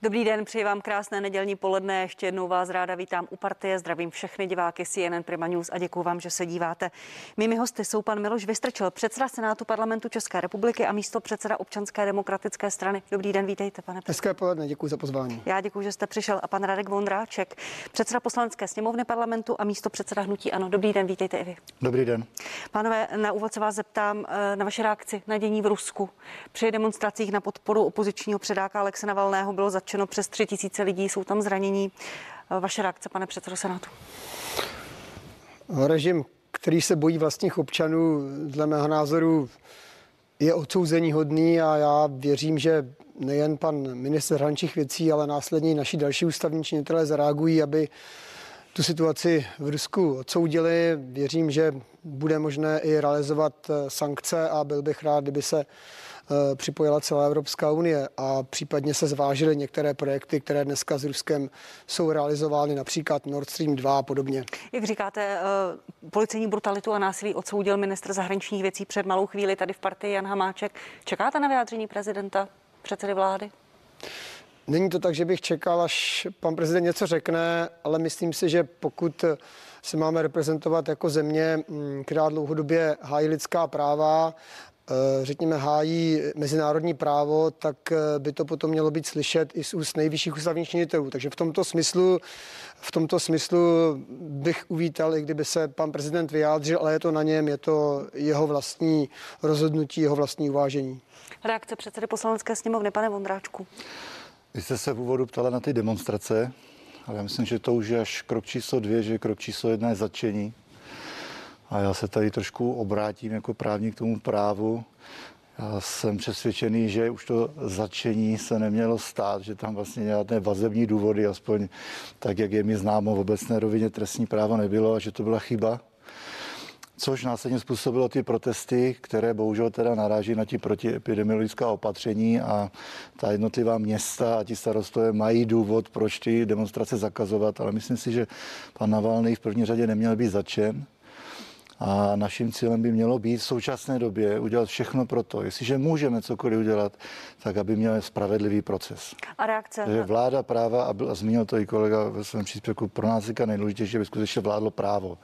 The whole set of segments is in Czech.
Dobrý den, přeji vám krásné nedělní poledne. Ještě jednou vás ráda vítám u Partie. Zdravím všechny diváky CNN Prima News a děkuji vám, že se díváte. Mými hosty jsou pan Miloš Vystrčil, předseda Senátu Parlamentu České republiky a místopředseda Občanské demokratické strany. Dobrý den, vítejte, pane předsedo. Hezké poledne, děkuji za pozvání. Já děkuji, že jste přišel. A pan Radek Vondráček, předseda Poslanecké sněmovny Parlamentu a místopředseda hnutí ANO. Dobrý den, vítejte i vy. Dobrý den. Pánové, na úvod se vás zeptám na vaši reakci na dění v Rusku. Při demonstracích na podporu opozičního předáka Alexe Navalného bylo zatčeno přes 3000 lidí, jsou tam zranění. Vaše reakce, pane předsedo Senátu? Režim, který se bojí vlastních občanů, dle mého názoru je odsouzení hodný a já věřím, že nejen pan ministr zahraničních věcí, ale následně i naši další ústavní činitelé zareagují, aby tu situaci v Rusku odsoudili. Věřím, že bude možné i realizovat sankce a byl bych rád, kdyby se připojila celá Evropská unie a případně se zvážily některé projekty, které dneska s Ruskem jsou realizovány, například Nord Stream 2 a podobně. Jak říkáte, policejní brutalitu a násilí odsoudil ministr zahraničních věcí před malou chvíli tady v Partii Jan Hamáček. Čekáte na vyjádření prezidenta, předsedy vlády? Není to tak, že bych čekal, až pan prezident něco řekne, ale myslím si, že pokud se máme reprezentovat jako země, která dlouhodobě hájí lidská práva, řekněme hájí mezinárodní právo, tak by to potom mělo být slyšet i z úst nejvyšších ústavních činitelů. Takže v tomto smyslu bych uvítal, i kdyby se pan prezident vyjádřil, ale je to na něm, je to jeho vlastní rozhodnutí, jeho vlastní uvážení. Reakce předsedy Poslanecké sněmovny, pane Vondráčku. Vy jste se v úvodu ptala na ty demonstrace, ale já myslím, že to už je až krok číslo 2, že krok číslo 1 je zatčení. A já se tady trošku obrátím jako právník k tomu právu. Já jsem přesvědčený, že už to zatčení se nemělo stát, že tam vlastně nějaké vazební důvody, aspoň tak, jak je mi známo v obecné rovině trestní právo nebylo a že to byla chyba. Což následně způsobilo ty protesty, které bohužel teda naráží na ti protiepidemiologická opatření a ta jednotlivá města a ti starostové mají důvod, proč ty demonstrace zakazovat, ale myslím si, že pan Navalný v první řadě neměl být zatčen. A naším cílem by mělo být v současné době udělat všechno pro to, jestliže můžeme cokoliv udělat, tak aby měl spravedlivý proces. A reakce? Takže vláda práva, a zmínil to i kolega ve svém příspěvku, pro nás je nejdůležitější, aby skutečně vládlo právo.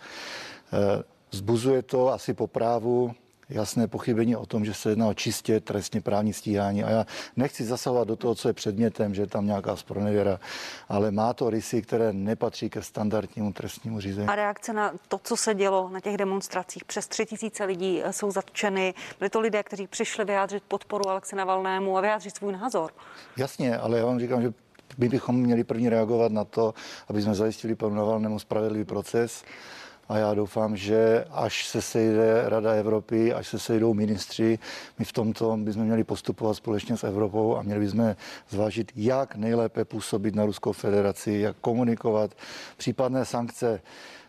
Vzbuzuje to asi po právu jasné pochybení o tom, že se jedná o čistě trestně právní stíhání. A já nechci zasahovat do toho, co je předmětem, že je tam nějaká zpronevěra, ale má to rysy, které nepatří ke standardnímu trestnímu řízení. A reakce na to, co se dělo na těch demonstracích. Přes 3000 lidí jsou zatčeny. Byli to lidé, kteří přišli vyjádřit podporu Alexe Navalnému a vyjádřit svůj názor. Jasně, ale já vám říkám, že my bychom měli první reagovat na to, aby jsme zajistili panu Navalnému spravedlivý proces. A já doufám, že až se sejde Rada Evropy, až se sejdou ministři, my v tomto bychom měli postupovat společně s Evropou a měli bychom zvážit, jak nejlépe působit na Ruskou federaci, jak komunikovat. Případné sankce.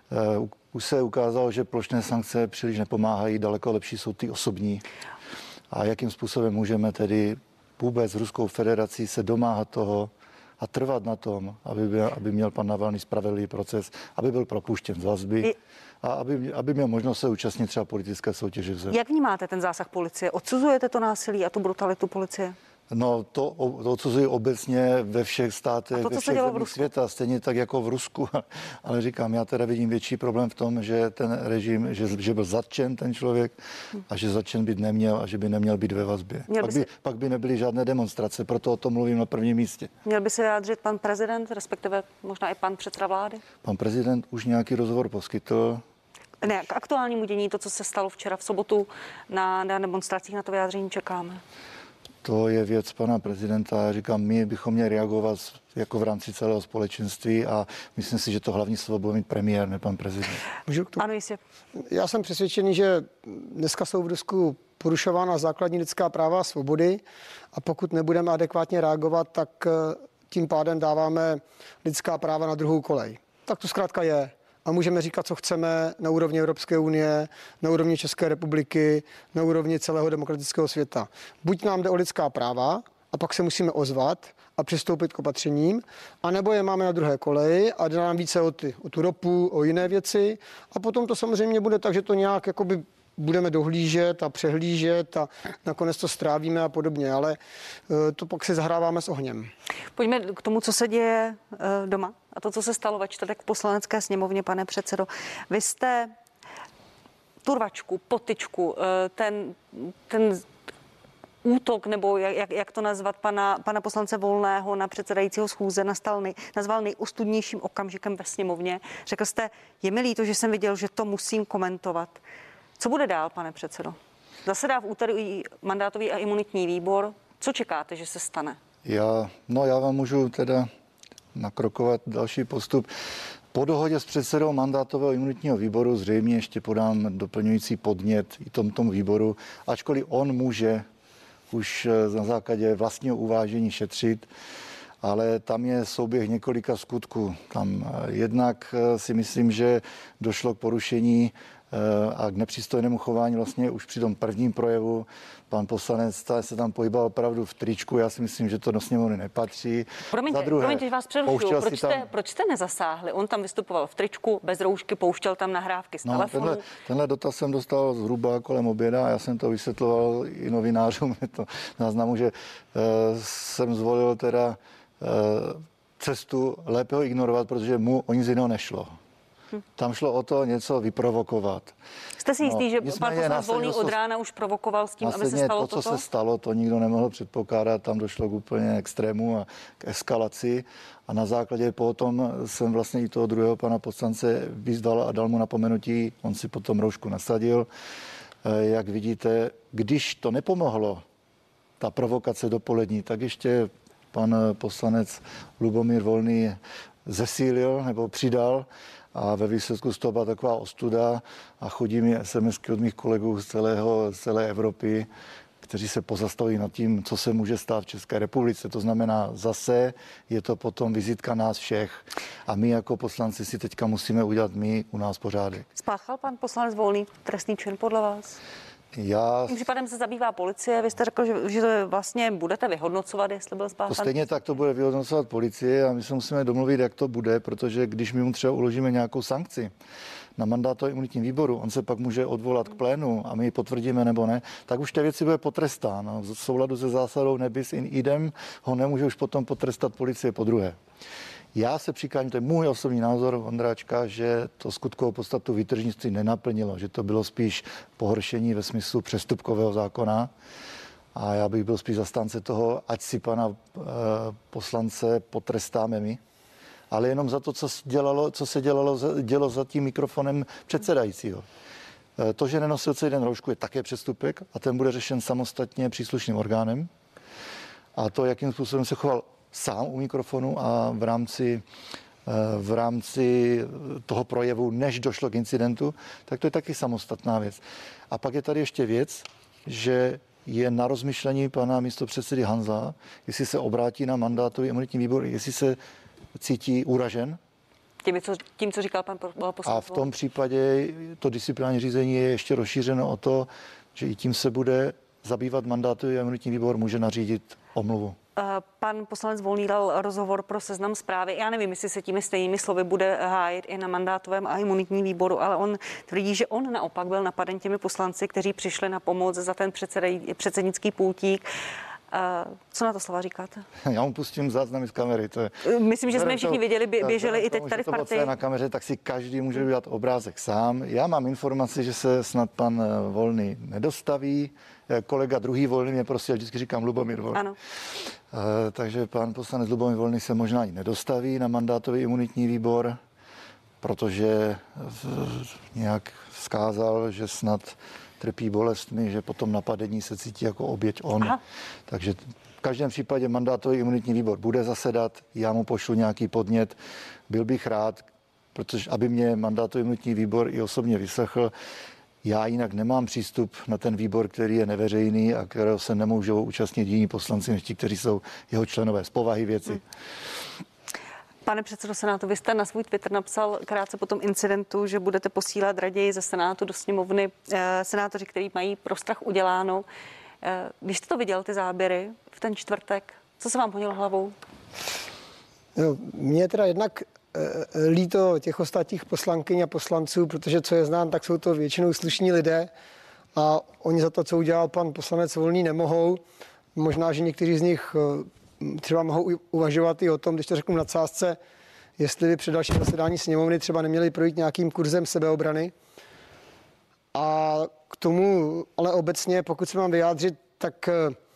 Už se ukázalo, že plošné sankce příliš nepomáhají, daleko lepší jsou ty osobní. A jakým způsobem můžeme tedy vůbec Ruskou federací se domáhat toho, a trvat na tom, aby měl pan Navalný spravedlivý proces, aby byl propuštěn z vazby a aby měl možnost se účastnit třeba politické soutěže v zemi. Jak vnímáte ten zásah policie? Odsuzujete to násilí a tu brutalitu policie? No, to odsuzuji obecně ve všech státech, ve všech zemích světa, stejně tak jako v Rusku. Ale říkám, já teda vidím větší problém v tom, že ten režim, že byl zatčen ten člověk a že zatčen být neměl a že by neměl být ve vazbě. Pak by nebyly žádné demonstrace, proto o tom mluvím na prvním místě. Měl by se vyjádřit pan prezident, respektive možná i pan předseda vlády? Pan prezident už nějaký rozhovor poskytl. Ne, k aktuálnímu dění, to, co se stalo včera v sobotu na demonstracích, na to vyjádření čekáme. To je věc pana prezidenta. Já říkám, my bychom měli reagovat jako v rámci celého společenství a myslím si, že to hlavní slovo bude mít premiér, ne pan prezident. Ano, jistě. Já jsem přesvědčený, že dneska jsou v Rusku porušována základní lidská práva a svobody a pokud nebudeme adekvátně reagovat, tak tím pádem dáváme lidská práva na druhou kolej. Tak to zkrátka je. A můžeme říkat, co chceme na úrovni Evropské unie, na úrovni České republiky, na úrovni celého demokratického světa. Buď nám jde o lidská práva a pak se musíme ozvat a přistoupit k opatřením, anebo je máme na druhé koleji a jde nám více o tu ropu, o jiné věci a potom to samozřejmě bude tak, že to nějak jakoby budeme dohlížet a přehlížet a nakonec to strávíme a podobně, ale to pak si zahráváme s ohněm. Pojďme k tomu, co se děje doma a to, co se stalo ve čtvrtek v Poslanecké sněmovně, pane předsedo. Vy jste tu rvačku, potyčku, ten útok, nebo jak to nazvat, pana poslance Volného na předsedajícího schůze nazval nejostudnějším okamžikem ve sněmovně. Řekl jste, je mi líto, že jsem viděl, že to musím komentovat. Co bude dál, pane předsedo? Zasedá v úterý mandátový a imunitní výbor. Co čekáte, že se stane? Já vám můžu teda nakrokovat další postup. Po dohodě s předsedou mandátového imunitního výboru zřejmě ještě podám doplňující podnět i tomu výboru, ačkoliv on může už na základě vlastního uvážení šetřit, ale tam je souběh několika skutků. Tam jednak si myslím, že došlo k porušení a k nepřístojnému chování vlastně už při tom prvním projevu. Pan poslanec se tam pohyboval opravdu v tričku, já si myslím, že to do sněmovny nepatří. Promiňte, že vás přerušuju. Proč jste nezasáhli? On tam vystupoval v tričku, bez roušky, pouštěl tam nahrávky z telefonu. Tenhle dotaz jsem dostal zhruba kolem oběda a já jsem to vysvětloval i novinářům. Je to náznamu, že jsem zvolil teda cestu lépe ho ignorovat, protože mu o nic jiného nešlo. Tam šlo o to něco vyprovokovat. Jste si jistý, že pan poslanec Volný od rána už provokoval s tím, aby se stalo toto? Co se stalo, to nikdo nemohl předpokládat. Tam došlo k úplně extrému a k eskalaci. A na základě potom jsem vlastně i toho druhého pana poslance vyzval a dal mu napomenutí. On si potom roušku nasadil. Jak vidíte, když to nepomohlo, ta provokace dopolední, tak ještě pan poslanec Lubomír Volný zesílil nebo přidal. A ve výsledku z toho byla taková ostuda a chodí mi SMSky od mých kolegů z celé Evropy, kteří se pozastavují nad tím, co se může stát v České republice. To znamená, zase je to potom vizitka nás všech a my jako poslanci si teďka musíme udělat u nás pořádek. Spáchal pan poslanec Volný trestný čin podle vás? Tím případem se zabývá policie. Vy jste řekl, že vlastně budete vyhodnocovat, jestli byl spáchán. To stejně tak to bude vyhodnocovat policie a my se musíme domluvit, jak to bude, protože když my mu třeba uložíme nějakou sankci na mandátovém imunitním výboru, on se pak může odvolat k plénu a my ji potvrdíme nebo ne, tak už té věci bude potrestáno. V souladu se zásadou nebis in idem ho nemůže už potom potrestat policie podruhé. Já se přikláním, to je můj osobní názor Vondráčka, že to skutkovou podstatu výtržnictví nenaplnilo, že to bylo spíš pohoršení ve smyslu přestupkového zákona. A já bych byl spíš zastánce toho, ať si pana poslance potrestáme my, ale jenom za to, co se dělo za tím mikrofonem předsedajícího. To, že nenosil celý den roušku, je také přestupek a ten bude řešen samostatně příslušným orgánem. A to, jakým způsobem se choval sám u mikrofonu a v rámci toho projevu, než došlo k incidentu, tak to je taky samostatná věc. A pak je tady ještě věc, že je na rozmyšlení pana místopředsedy Hanzla, jestli se obrátí na mandátový imunitní výbor, jestli se cítí uražen. Tím, co říkal pan poslanec. A v tom případě to disciplinární řízení je ještě rozšířeno o to, že i tím se bude zabývat mandátový imunitní výbor, může nařídit omluvu. Pan poslanec Volný dal rozhovor pro Seznam Zprávy. Já nevím, jestli se těmi stejnými slovy bude hájit i na mandátovém a imunitním výboru, ale on tvrdí, že on naopak byl napaden těmi poslanci, kteří přišli na pomoc za ten předsednický pultík. Co na to slova říkáte? Já mu pustím záznamy z kamery. Myslím, že jsme všichni viděli, běželi i teď tady v partii. Na kameře, tak si každý může udělat obrázek sám. Já mám informaci, že se snad pan Volný nedostaví. Kolega druhý Volný mě prosil, vždycky říkám Lubomír Volný. Ano. Takže pan poslanec Lubomír Volný se možná ani nedostaví na mandátový imunitní výbor, protože nějak vzkázal, že snad trpí bolestmi, že potom napadení se cítí jako oběť on. Aha. Takže v každém případě mandátový imunitní výbor bude zasedat, já mu pošlu nějaký podnět. Byl bych rád, protože aby mě mandátový imunitní výbor i osobně vyslechl. Já jinak nemám přístup na ten výbor, který je neveřejný a kterého se nemůžou účastnit jiní poslanci, než ti, kteří jsou jeho členové z povahy věci. Pane předsedo Senátu, vy jste na svůj Twitter napsal krátce po tom incidentu, že budete posílat raději ze Senátu do sněmovny senátoři, kteří mají pro strach uděláno. Když jste to viděl, ty záběry v ten čtvrtek, co se vám honilo hlavou? No, mě teda jednak líto těch ostatních poslankyň a poslanců, protože co je znám, tak jsou to většinou slušní lidé a oni za to, co udělal pan poslanec Volný, nemohou. Možná, že někteří z nich třeba mohou uvažovat i o tom, když to řeknu v nadsázce, jestli by při dalším zasedání sněmovny třeba neměli projít nějakým kurzem sebeobrany. A k tomu, ale obecně, pokud se mám vyjádřit, tak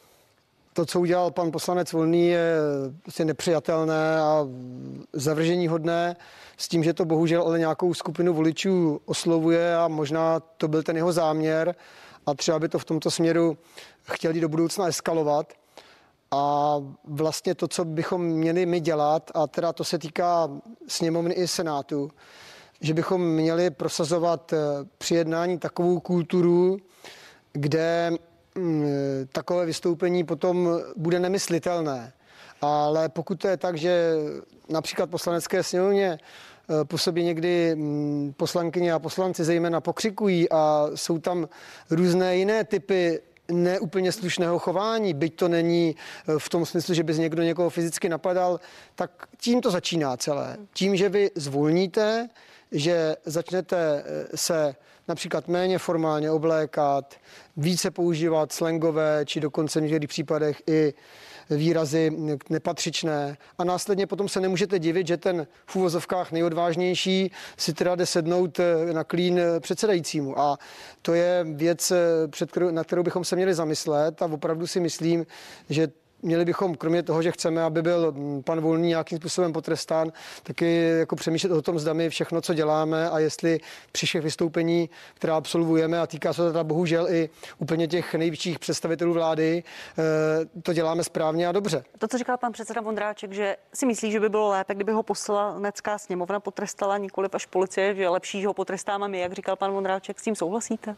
to, co udělal pan poslanec Volný, je prostě nepřijatelné a zavrženíhodné, s tím, že to bohužel ale nějakou skupinu voličů oslovuje a možná to byl ten jeho záměr a třeba by to v tomto směru chtěli do budoucna eskalovat. A vlastně to, co bychom měli my dělat, a teda to se týká sněmovny i senátu, že bychom měli prosazovat při jednání takovou kulturu, kde takové vystoupení potom bude nemyslitelné. Ale pokud to je tak, že například poslanecké sněmovně po sobě někdy poslankyně a poslanci zejména pokřikují a jsou tam různé jiné typy neúplně slušného chování, byť to není v tom smyslu, že by někdo někoho fyzicky napadal, tak tím to začíná celé. Tím, že vy zvolníte, že začnete se například méně formálně oblékat, více používat slangové, či dokonce v některých případech i výrazy nepatřičné a následně potom se nemůžete divit, že ten v úvozovkách nejodvážnější si teda jde sednout na klín předsedajícímu. A to je věc, na kterou bychom se měli zamyslet a opravdu si myslím, že měli bychom, kromě toho, že chceme, aby byl pan Volný nějakým způsobem potrestán, taky jako přemýšlet o tom, zda my všechno, co děláme a jestli při všech vystoupení, která absolvujeme, a týká se to teda bohužel i úplně těch nejvyšších představitelů vlády, to děláme správně a dobře. To, co říkal pan předseda Vondráček, že si myslí, že by bylo lépe, kdyby ho poslanecká sněmovna potrestala, nikoliv až policie, že je lepší, že ho potrestáme my, jak říkal pan Vondráček, s tím souhlasíte?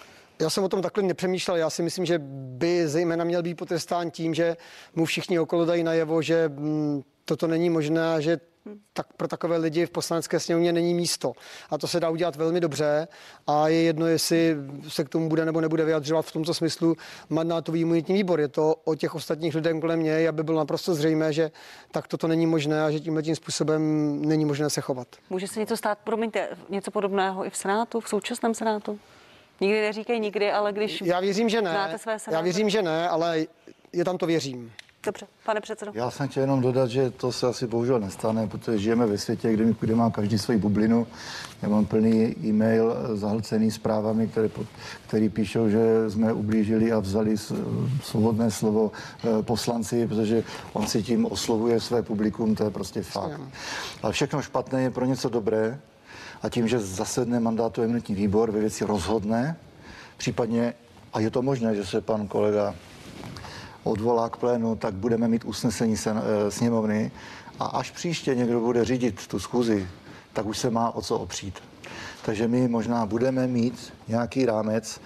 Já jsem o tom takhle nepřemýšlel. Já si myslím, že by zejména měl být potrestán tím, že mu všichni okolo dají najevo, že toto není možné a že tak pro takové lidi v poslanecké sněmovně není místo. A to se dá udělat velmi dobře a je jedno, jestli se k tomu bude nebo nebude vyjadřovat v tomto smyslu mandátový imunitní výbor. Je to o těch ostatních lidech kolem něj, aby bylo naprosto zřejmé, že tak toto není možné a že tímhle způsobem není možné se chovat. Může se něco stát, promiňte, něco podobného i v Senátu, v současném Senátu? Nikdy neříkej nikdy, ale když Já věřím, že ne. znáte své senátory. Já věřím, že ne, ale je tam to věřím. Dobře, pane předsedo. Já jsem chtěl jenom dodat, že to se asi bohužel nestane, protože žijeme ve světě, kde má každý svoji bublinu. Já mám plný e-mail zahlcený zprávami, který píšou, že jsme ublížili a vzali svobodné slovo poslanci, protože on si tím oslovuje své publikum, to je prostě fakt. Ale všechno špatné je pro něco dobré. A tím, že zasedne mandátový imunitní výbor, ve věci rozhodne, případně, a je to možné, že se pan kolega odvolá k plénu, tak budeme mít usnesení sněmovny a až příště někdo bude řídit tu schůzi, tak už se má o co opřít. Takže my možná budeme mít nějaký rámec,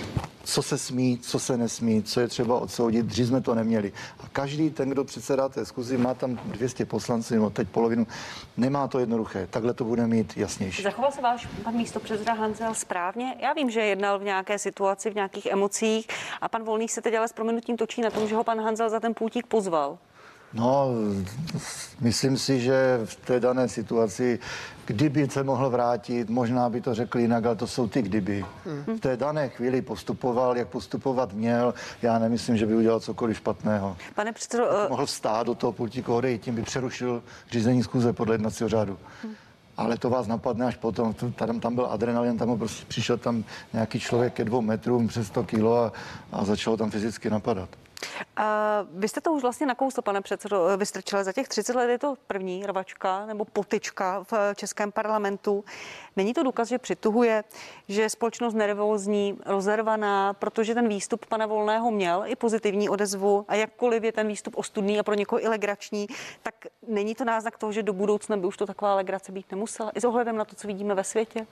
co se smí, co se nesmí, co je třeba odsoudit. Dřív jsme to neměli. A každý ten, kdo předsedá té schůzi, má tam 200 poslanců, no teď polovinu, nemá to jednoduché. Takhle to bude mít jasnější. Zachoval se váš pan místopředseda Hanzel správně? Já vím, že jednal v nějaké situaci, v nějakých emocích a pan Volný se teď ale s prominutím točí na tom, že ho pan Hanzel za ten pultík pozval. No, myslím si, že v té dané situaci, kdyby se mohl vrátit, možná by to řekl jinak, ale to jsou ty kdyby. V té dané chvíli postupoval, jak postupovat měl. Já nemyslím, že by udělal cokoliv špatného. Pane předsedo, mohl vstát do toho pultíku, odejít, tím by přerušil řízení schůze podle jednacího řádu. Ale to vás napadne až potom. Tam byl adrenalin, tam prostě přišel tam nějaký člověk ke 2 metrům přes 100 kilo a začalo tam fyzicky napadat. Vy jste to už vlastně nakousl, pane předsedo Vystrčile. Za těch 30 let je to první rvačka nebo potyčka v českém parlamentu. Není to důkaz, že přituhuje, že je společnost nervózní, rozervaná, protože ten výstup pana Volného měl i pozitivní odezvu a jakkoliv je ten výstup ostudný a pro někoho i legrační, tak není to náznak toho, že do budoucna by už to taková legrace být nemusela, i s ohledem na to, co vidíme ve světě?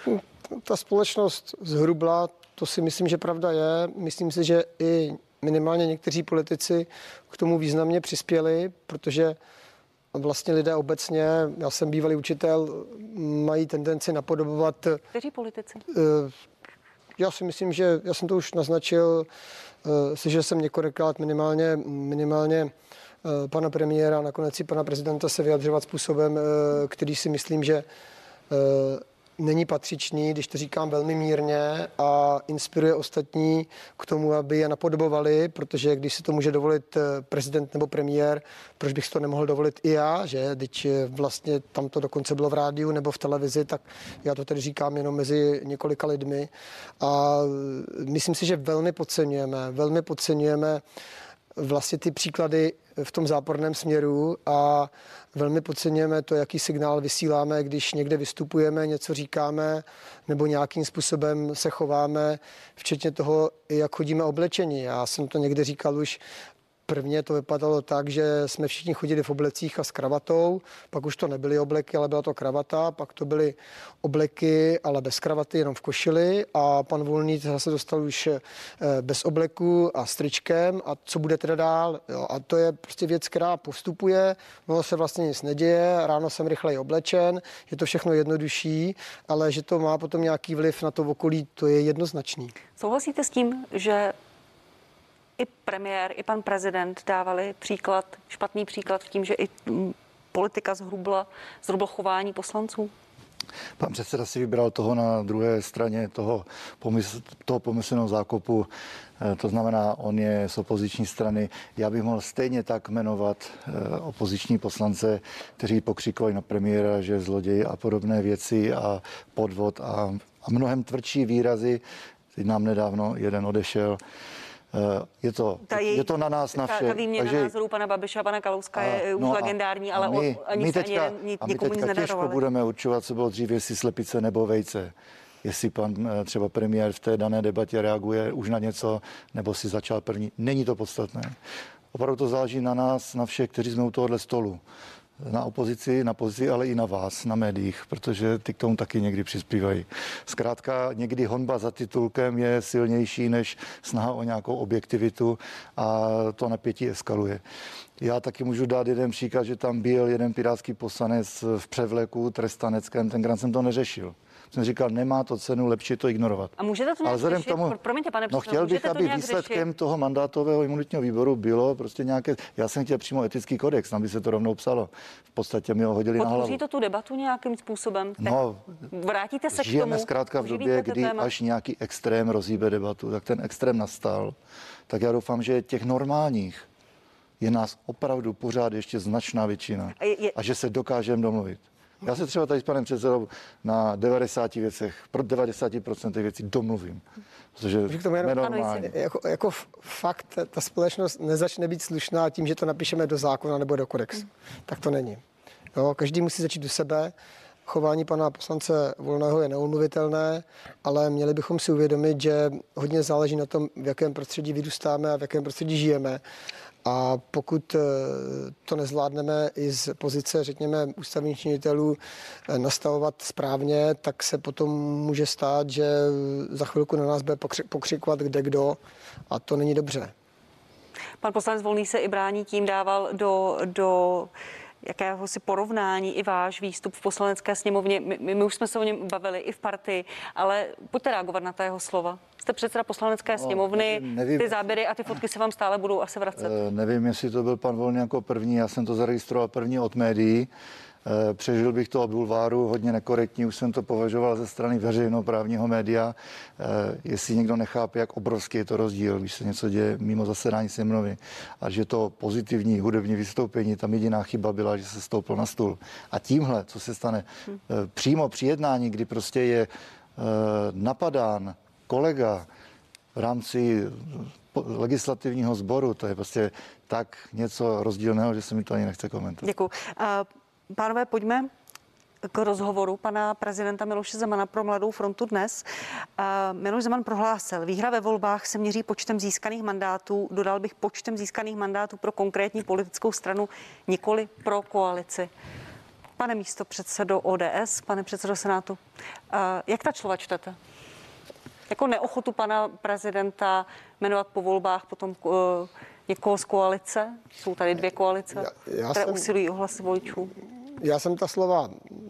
Ta společnost zhrubla, to si myslím, že pravda je. Myslím si, že i minimálně někteří politici k tomu významně přispěli, protože vlastně lidé obecně, já jsem bývalý učitel, mají tendenci napodobovat. Kteří politici? Já si myslím, že já jsem to už naznačil, že jsem několikrát minimálně pana premiéra, nakonec i pana prezidenta se vyjadřovat způsobem, který si myslím, že není patřičný, když to říkám velmi mírně, a inspiruje ostatní k tomu, aby je napodobovali, protože když si to může dovolit prezident nebo premiér, proč bych si to nemohl dovolit i já, že? Teď vlastně tam to dokonce bylo v rádiu nebo v televizi, tak já to tedy říkám jenom mezi několika lidmi. A myslím si, že velmi podceňujeme vlastně ty příklady v tom záporném směru a velmi podceňujeme to, jaký signál vysíláme, když někde vystupujeme, něco říkáme nebo nějakým způsobem se chováme, včetně toho, jak chodíme oblečeni. Já jsem to někde říkal už. Prvně to vypadalo tak, že jsme všichni chodili v oblecích a s kravatou, pak už to nebyly obleky, ale byla to kravata, pak to byly obleky, ale bez kravaty, jenom v košili a pan Volný zase dostal už bez obleku a s tričkem a co bude teda dál. Jo, a to je prostě věc, která postupuje, no se vlastně nic neděje, ráno jsem rychleji oblečen, je to všechno jednodušší, ale že to má potom nějaký vliv na to okolí, to je jednoznačný. Souhlasíte s tím, že i premiér, i pan prezident dávali špatný příklad v tím, že i politika zhrubla chování poslanců? Pan předseda si vybral toho na druhé straně toho pomyslného zákopu, to znamená, on je z opoziční strany. Já bych mohl stejně tak jmenovat opoziční poslance, kteří pokřikovali na premiéra, že je zloděj a podobné věci a podvod a mnohem tvrdší výrazy. Teď nám nedávno jeden odešel. Je to na nás, na všech. Ta výměna názorů pana Babiše a pana Kalouska je už legendární, ale my teďka těžko budeme určovat, co bylo dřív, jestli slepice nebo vejce. Jestli pan třeba premiér v té dané debatě reaguje už na něco, nebo si začal první. Není to podstatné. Opravdu to záleží na nás, na všech, kteří jsme u tohohle stolu. Na opozici, na pozici, ale i na vás, na médiích, protože ty k tomu taky někdy přispívají. Zkrátka někdy honba za titulkem je silnější než snaha o nějakou objektivitu a to napětí eskaluje. Já taky můžu dát jeden příklad, že tam byl jeden pirátský poslanec v převleku trestaneckém, tenkrát jsem to neřešil. Jsem říkal, nemá to cenu, lepší to ignorovat. A můžete to nějak řešit? Promiňte, pane předsedo, chtěl bych, aby výsledkem toho mandátového imunitního výboru bylo prostě nějaké, já jsem chtěl přímo etický kodex, tam by se to rovnou psalo. V podstatě mi ho hodili na hlavu. Podpoří to tu debatu nějakým způsobem? No, vrátíte se k tomu? Žijeme zkrátka v době, kdy až nějaký extrém rozhýbe debatu, tak ten extrém nastal. Tak já doufám, že těch normálních je nás opravdu pořád ještě značná většina a že se dokážeme domluvit. Já se třeba tady s panem předsedou na 90% věcí domluvím, protože jsme normální. Jako fakt, ta společnost nezačne být slušná tím, že to napíšeme do zákona nebo do kodexu. Tak to není. Jo, každý musí začít u sebe. Chování pana poslance Volného je neomluvitelné, ale měli bychom si uvědomit, že hodně záleží na tom, v jakém prostředí vyrůstáme a v jakém prostředí žijeme. A pokud to nezvládneme i z pozice, řekněme, ústavních činitelů nastavovat správně, tak se potom může stát, že za chvilku na nás bude pokřikovat kdekdo a to není dobře. Pan poslanec Volný se i brání tím, dával do jakéhosi porovnání i váš výstup v Poslanecké sněmovně. My už jsme se o něm bavili i v partii, ale pojďte reagovat na ta jeho slova. Jste předseda Poslanecké sněmovny, nevím, ty záběry a ty fotky se vám stále budou asi vracet. Nevím, jestli to byl pan Volný jako první, já jsem to zaregistroval první od médií. Přežil bych to od bulváru, hodně nekorektní, už jsem to považoval ze strany veřejnoprávního média. Jestli někdo nechápe, jak obrovský je to rozdíl, když se něco děje mimo zasedání sněmovny a že to pozitivní hudební vystoupení, tam jediná chyba byla, že se stoupil na stůl. A tímhle, co se stane přímo při jednání, kdy prostě je napadán kolega v rámci legislativního sboru, to je prostě tak něco rozdílného, že se mi to ani nechce komentovat. Děkuji. Pánové, pojďme k rozhovoru pana prezidenta Miloše Zemana pro Mladou frontu dnes. Miloš Zeman prohlásil, výhra ve volbách se měří počtem získaných mandátů, dodal bych počtem získaných mandátů pro konkrétní politickou stranu, nikoli pro koalici. Pane místopředsedo ODS, pane předsedo Senátu, jak ta slova čtete? Jako neochotu pana prezidenta jmenovat po volbách potom někoho z koalice? Jsou tady dvě koalice, které usilují o hlasy voličů. Já jsem ta slova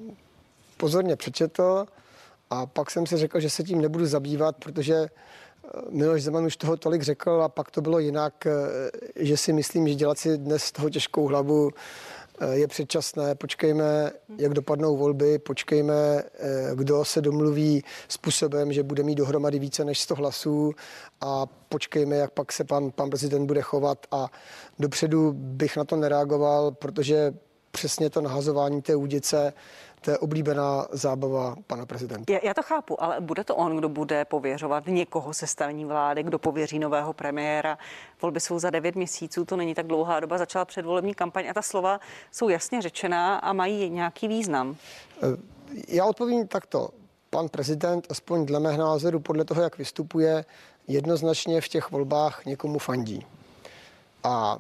pozorně přečetl a pak jsem si řekl, že se tím nebudu zabývat, protože Miloš Zeman už toho tolik řekl a pak to bylo jinak, že si myslím, že dělat si dnes z toho těžkou hlavu je předčasné, počkejme, jak dopadnou volby, počkejme, kdo se domluví způsobem, že bude mít dohromady více než 100 hlasů a počkejme, jak pak se pan prezident bude chovat a dopředu bych na to nereagoval, protože přesně to nahazování té údice, to je oblíbená zábava pana prezidenta. Já to chápu, ale bude to on, kdo bude pověřovat někoho sestavení vlády, kdo pověří nového premiéra. Volby jsou za 9 měsíců, to není tak dlouhá doba, začala předvolební kampaň a ta slova jsou jasně řečená a mají nějaký význam. Já odpovím takto. Pan prezident, aspoň dle mého názoru, podle toho, jak vystupuje, jednoznačně v těch volbách někomu fandí. A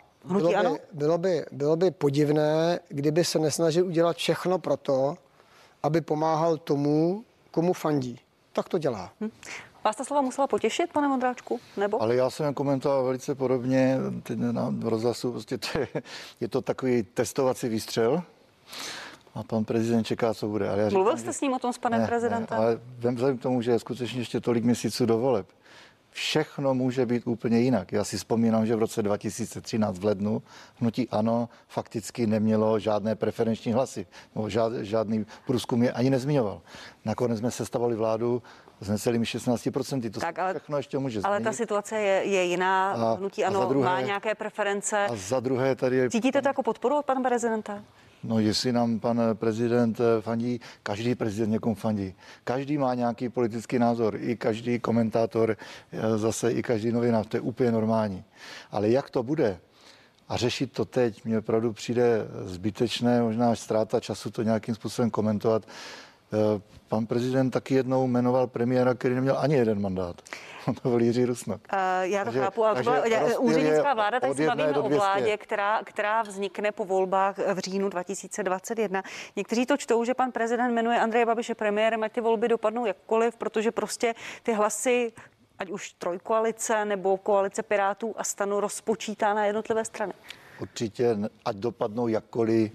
bylo by podivné, kdyby se nesnažil udělat všechno pro to, aby pomáhal tomu, komu fandí. Tak to dělá. Vás ta slova musela potěšit, pane Vondráčku? Nebo? Ale já jsem komentoval velice podobně na rozhlasu. Prostě je to takový testovací výstřel a pan prezident čeká, co bude. Ale Mluvil jste s ním o tom s panem prezidentem? Ne, ale vzhledem k tomu, že je skutečně ještě tolik měsíců do voleb, všechno může být úplně jinak. Já si vzpomínám, že v roce 2013 v lednu hnutí ANO fakticky nemělo žádné preferenční hlasy. Žádný průzkum je ani nezmiňoval. Nakonec jsme sestavili vládu s necelými 16%. To tak, všechno ještě může změnit. Ale ta situace je jiná. Hnutí ANO má nějaké preference. A za druhé tady je... Cítíte to jako podporu od pana prezidenta? No, jestli nám pan prezident fandí, každý prezident někomu fandí. Každý má nějaký politický názor, i každý komentátor, zase i každý novinář, to je úplně normální. Ale jak to bude a řešit to teď, mně opravdu přijde zbytečné, možná až ztráta času to nějakým způsobem komentovat. Pan prezident taky jednou jmenoval premiéra, který neměl ani jeden mandát. To byl Jiří Rusnok. Já to chápu, ale to byla úřednická vláda, tady se bavíme o vládě, která vznikne po volbách v říjnu 2021. Někteří to čtou, že pan prezident jmenuje Andreje Babiše premiérem, ať ty volby dopadnou jakkoliv, protože prostě ty hlasy, ať už trojkoalice nebo koalice Pirátů a STANu, rozpočítá na jednotlivé strany. Určitě, ať dopadnou jakkoliv,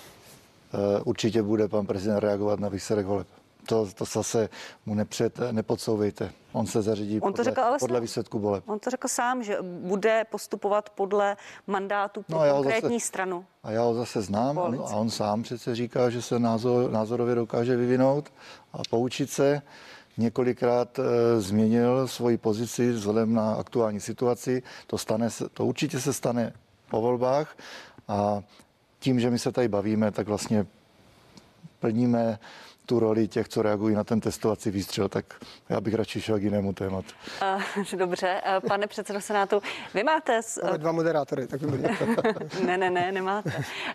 určitě bude pan prezident reagovat na výsledek voleb. To zase mu nepodsouvejte. On se zařídí podle výsledku voleb. On to řekl sám, že bude postupovat podle mandátu pro konkrétní stranu. A já ho zase znám a on sám přece říká, že se názorově dokáže vyvinout a poučit se. Několikrát změnil svoji pozici vzhledem na aktuální situaci. To určitě se stane po volbách a tím, že my se tady bavíme, tak vlastně plníme tu roli těch, co reagují na ten testovací výstřel, tak já bych radši šel k jinému tématu. Dobře, pane předsedo Senátu, vy máte... Máme 2 moderátory, tak Ne, nemáte.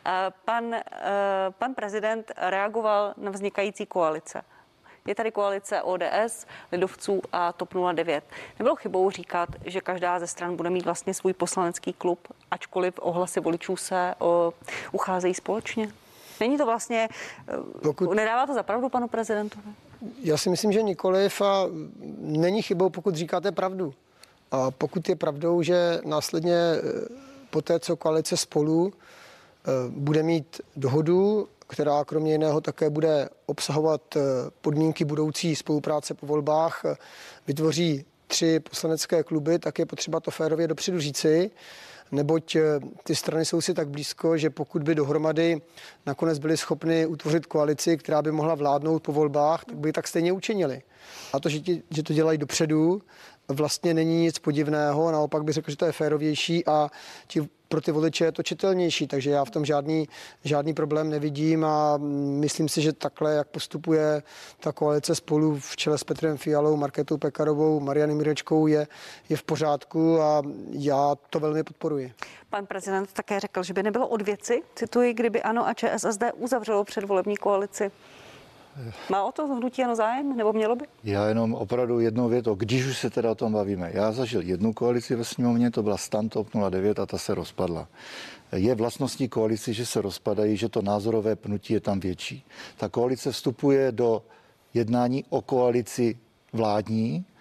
Pan prezident reagoval na vznikající koalice. Je tady koalice ODS, lidovců a TOP 09. Nebylo chybou říkat, že každá ze stran bude mít vlastně svůj poslanecký klub, ačkoliv ohlasy voličů se ucházejí společně? Není to vlastně, nedává to za pravdu panu prezidentovi? Já si myslím, že nikoliv a není chybou, pokud říkáte pravdu. A pokud je pravdou, že následně po té, co koalice Spolu bude mít dohodu, která kromě jiného také bude obsahovat podmínky budoucí spolupráce po volbách, vytvoří 3 poslanecké kluby, tak je potřeba to férově dopředu říci, neboť ty strany jsou si tak blízko, že pokud by dohromady nakonec byly schopny utvořit koalici, která by mohla vládnout po volbách, tak by tak stejně učinili. A to, že to dělají dopředu, vlastně není nic podivného, naopak bych řekl, že to je férovější a pro ty voliče je to čitelnější, takže já v tom žádný problém nevidím a myslím si, že takhle, jak postupuje ta koalice Spolu v čele s Petrem Fialou, Markétou Pekarovou, Marianem Jurečkou je v pořádku a já to velmi podporuji. Pan prezident také řekl, že by nebylo od věci, cituji, kdyby ANO a ČSSD uzavřelo předvolební koalici. Má o to hnutí ANO zájem, nebo mělo by? Já jenom opravdu jednou větou, když už se teda o tom bavíme. Já zažil jednu koalici ve sněmovně, to byla STAN TOP 09 a ta se rozpadla. Je vlastností koalici, že se rozpadají, že to názorové pnutí je tam větší. Ta koalice vstupuje do jednání o koalici vládní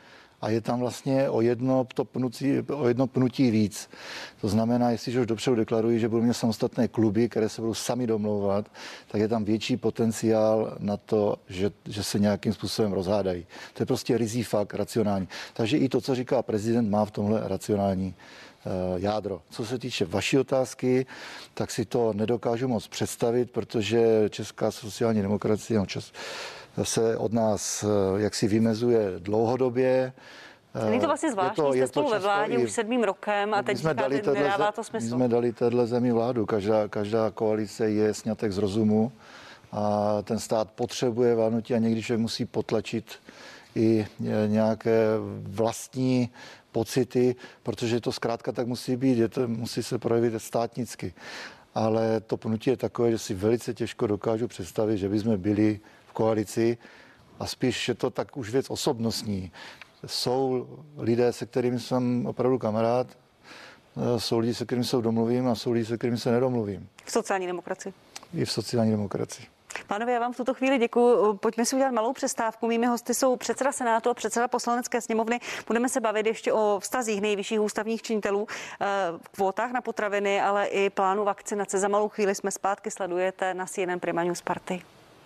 a je tam vlastně o jedno pnutí víc. To znamená, jestliže už dopředu deklarují, že budou mít samostatné kluby, které se budou sami domlouvat, tak je tam větší potenciál na to, že se nějakým způsobem rozhádají. To je prostě ryzí fakt, racionální. Takže i to, co říká prezident, má v tomhle racionální jádro. Co se týče vaší otázky, tak si to nedokážu moc představit, protože česká sociální demokracie se od nás jaksi vymezuje dlouhodobě. Není to vlastně zvláštní, jste spolu ve vládě už 7. rokem a teď říkáte, že nedává to smysl. My jsme dali téhle zemi vládu. Každá koalice je sňatek z rozumu a ten stát potřebuje vládnutí a někdy člověk musí potlačit i nějaké vlastní pocity, protože to zkrátka tak musí být, musí se projevit státnicky. Ale to pnutí je takové, že si velice těžko dokážu představit, že bychom byli v koalici a spíš je to tak už věc osobnostní. Jsou lidé, se kterými jsem opravdu kamarád, jsou lidi, se kterými se domluvím a jsou lidi, se kterými se nedomluvím. V sociální demokracii. I v sociální demokracii. Pánové, já vám v tuto chvíli děkuji. Pojďme si udělat malou přestávku. Mými hosty jsou předseda Senátu a předseda Poslanecké sněmovny. Budeme se bavit ještě o vztazích nejvyšších ústavních činitelů, kvótách na potraviny, ale i plánu vakcinace. Za malou chvíli jsme zpátky, sledujete na CNN Prima News Party.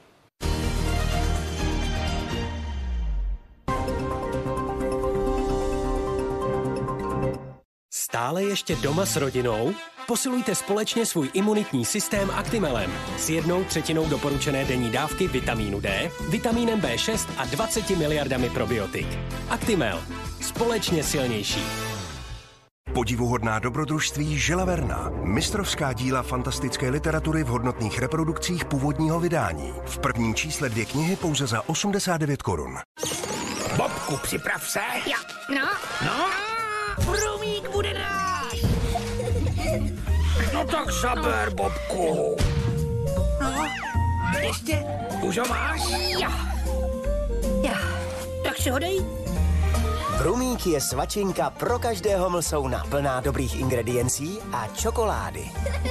Stále ještě doma s rodinou? Posilujte společně svůj imunitní systém Actimelem s 1/3 doporučené denní dávky vitamínu D, vitamínem B6 a 20 miliardami probiotik. Actimel. Společně silnější. Podivuhodná dobrodružství Žila Verna. Mistrovská díla fantastické literatury v hodnotných reprodukcích původního vydání. V prvním čísle 2 knihy pouze za 89 korun. Bobku, připrav se. Jo, no. Průmík bude náš. No tak zaber, Bobku. No, ještě? Už ho máš? Jo. Tak si ho dej. Průmík je svačinka pro každého mlsouna, plná dobrých ingrediencí a čokolády.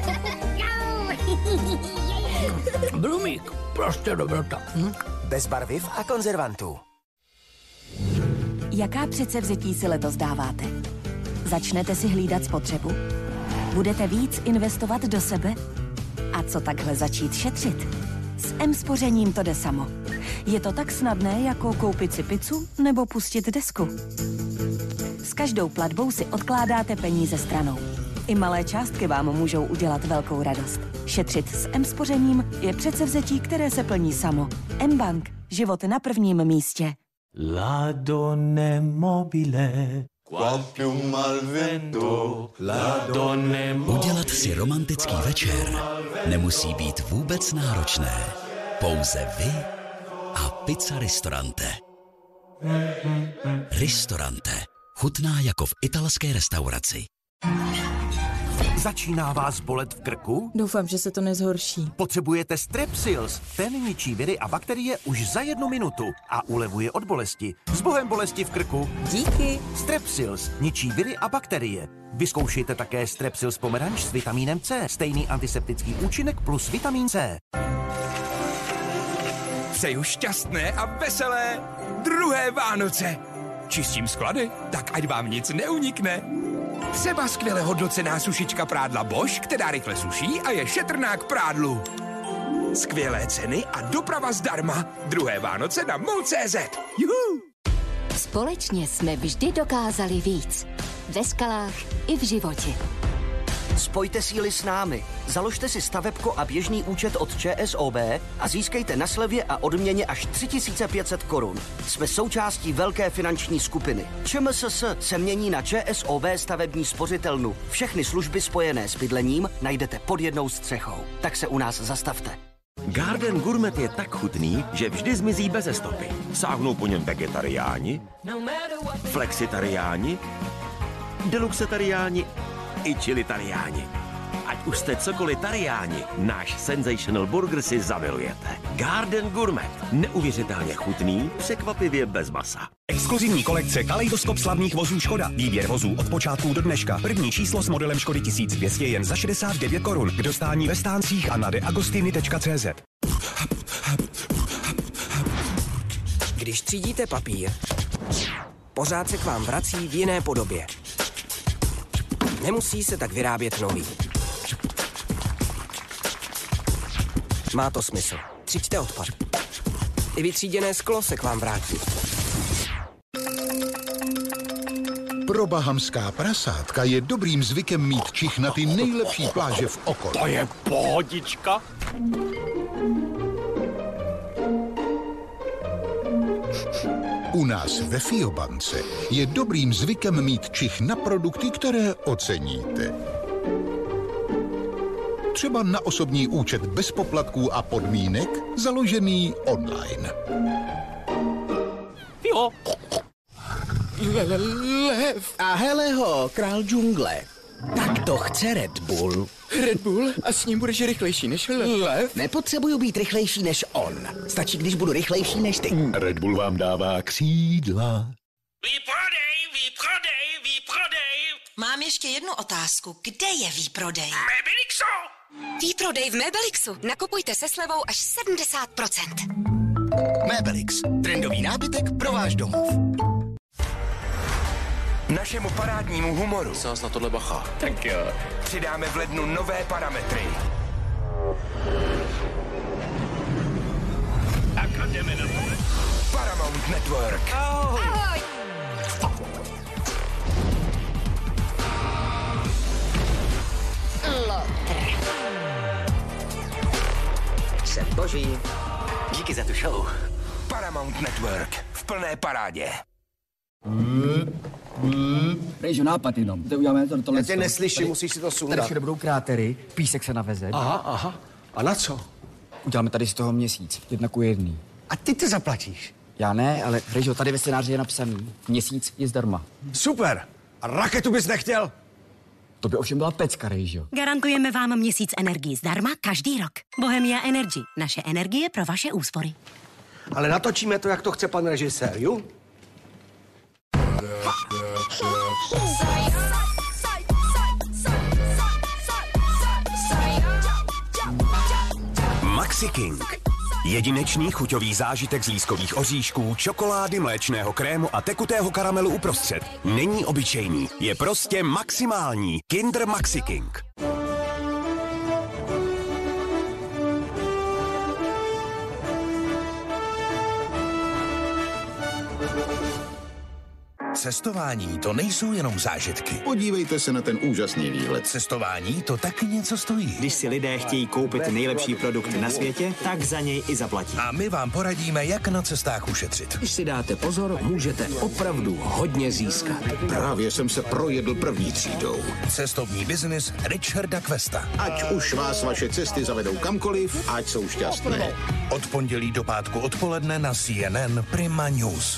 Průmík, prostě dobrota. Bez barviv a konzervantů. Jaká předsevzetí si letos dáváte? Začnete si hlídat spotřebu? Budete víc investovat do sebe? A co takhle začít šetřit? S M-spořením to jde samo. Je to tak snadné, jako koupit si pizzu nebo pustit desku. S každou platbou si odkládáte peníze stranou. I malé částky vám můžou udělat velkou radost. Šetřit s M-spořením je předsevzetí, které se plní samo. M-Bank. Život na prvním místě. La donne mobile. Udělat si romantický večer nemusí být vůbec náročné. Pouze vy a Pizza Ristorante. Ristorante. Chutná jako v italské restauraci. Začíná vás bolet v krku? Doufám, že se to nezhorší. Potřebujete Strepsils. Ten ničí viry a bakterie už za 1 minutu a ulevuje od bolesti. S bohem bolesti v krku. Díky. Strepsils ničí viry a bakterie. Vyzkoušejte také Strepsils pomeranč s vitamínem C. Stejný antiseptický účinek plus vitamin C. Přeju šťastné a veselé druhé Vánoce. Čistím sklady, tak ať vám nic neunikne. Třeba skvěle hodnocená sušička prádla Bosch, která rychle suší a je šetrná k prádlu. Skvělé ceny a doprava zdarma. Druhé Vánoce na mol.cz. Juhu! Společně jsme vždy dokázali víc. Ve skalách i v životě. Spojte síly s námi. Založte si stavebko a běžný účet od ČSOB a získejte na slevě a odměně až 3500 korun. Jsme součástí velké finanční skupiny. ČMSS se mění na ČSOB stavební spořitelnu. Všechny služby spojené s bydlením najdete pod jednou střechou. Tak se u nás zastavte. Garden Gourmet je tak chutný, že vždy zmizí beze stopy. Sáhnou po něm vegetariáni, flexitariáni, deluxetariáni i chilitariáni. Ať už jste cokoliv tariáni, náš sensational burger si zamilujete. Garden Gourmet. Neuvěřitelně chutný, překvapivě bez masa. Exkluzivní kolekce Kaleidoskop slavných vozů Škoda. Výběr vozů od počátku do dneška. První číslo s modelem Škody 1200 jen za 69 korun. K dostání ve stáncích a na deagostiny.cz. Když třídíte papír, pořád se k vám vrací v jiné podobě. Nemusí se tak vyrábět nový. Má to smysl. Třiďte odpad. I vytříděné sklo se k vám vrátí. Pro bahamská prasátka je dobrým zvykem mít čich na ty nejlepší pláže v okolí. To je pohodička. U nás ve Fiobance je dobrým zvykem mít čich na produkty, které oceníte. Třeba na osobní účet bez poplatků a podmínek, založený online. Jo. Lev. A hele ho, král džungle. Tak to chce Red Bull. Red Bull? A s ním budeš rychlejší než lev? Nepotřebuju být rychlejší než on. Stačí, když budu rychlejší než ty. Red Bull vám dává křídla. Výprodej! Mám ještě jednu otázku. Kde je výprodej? Mebelixu! Výprodej v Mebelixu. Nakupujte se slevou až 70%. Mebelix. Trendový nábytek pro váš domov. Našemu parádnímu humoru se nás na tohle bacha. Tak jo. Přidáme v lednu nové parametry. Tak a jdeme na to. Paramount Network. Ahoj! Jsem boží. Díky za tu show. Paramount Network. V plné parádě. Rejžo, nápad jenom. To uděláme tohle. Já tě neslyším, musíš si to sundat. Tady všude budou krátery, písek se naveze. Aha. A na co? Uděláme tady z toho měsíc, 1:1. A ty to zaplatíš? Já ne, ale Rejžo, tady ve scénáři je napsaný. Měsíc je zdarma. Super. A raketu bys nechtěl? To by ovšem byla pecka, Rejžo. Garantujeme vám měsíc energii zdarma každý rok. Bohemia Energy. Naše energie pro vaše úspory. Ale natočíme to, jak to chce pan režisér, jo? Maxi King. Jedinečný chuťový zážitek z lískových oříšků, čokolády, mléčného krému a tekutého karamelu uprostřed. Není obyčejný, je prostě maximální. Kinder Maxi King. Cestování to nejsou jenom zážitky. Podívejte se na ten úžasný výhled. Cestování to taky něco stojí. Když si lidé chtějí koupit nejlepší produkty na světě, tak za něj i zaplatí. A my vám poradíme, jak na cestách ušetřit. Když si dáte pozor, můžete opravdu hodně získat. Právě jsem se projedl první třídou. Cestovní biznis Richarda Questa. Ať už vás vaše cesty zavedou kamkoliv, ať jsou šťastné. Od pondělí do pátku odpoledne na CNN Prima News.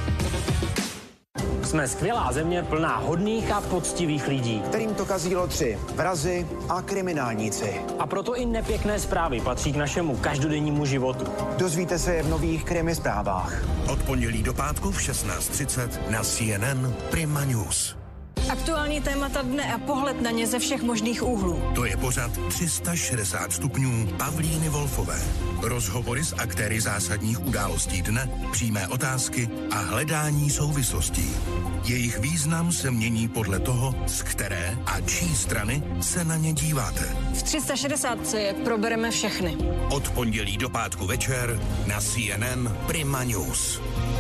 Jsme skvělá země plná hodných a poctivých lidí. Kterým to kazí lotři, vrazi a kriminálníci. A proto i nepěkné zprávy patří k našemu každodennímu životu. Dozvíte se je v nových krimi zprávách. Od pondělí do pátku v 16:30 na CNN Prima News. Aktuální témata dne a pohled na ně ze všech možných úhlů. To je pořad 360 stupňů Pavlíny Wolfové. Rozhovory s aktéry zásadních událostí dne, přímé otázky a hledání souvislostí. Jejich význam se mění podle toho, z které a čí strany se na ně díváte. V 360 je probereme všechny. Od pondělí do pátku večer na CNN Prima News.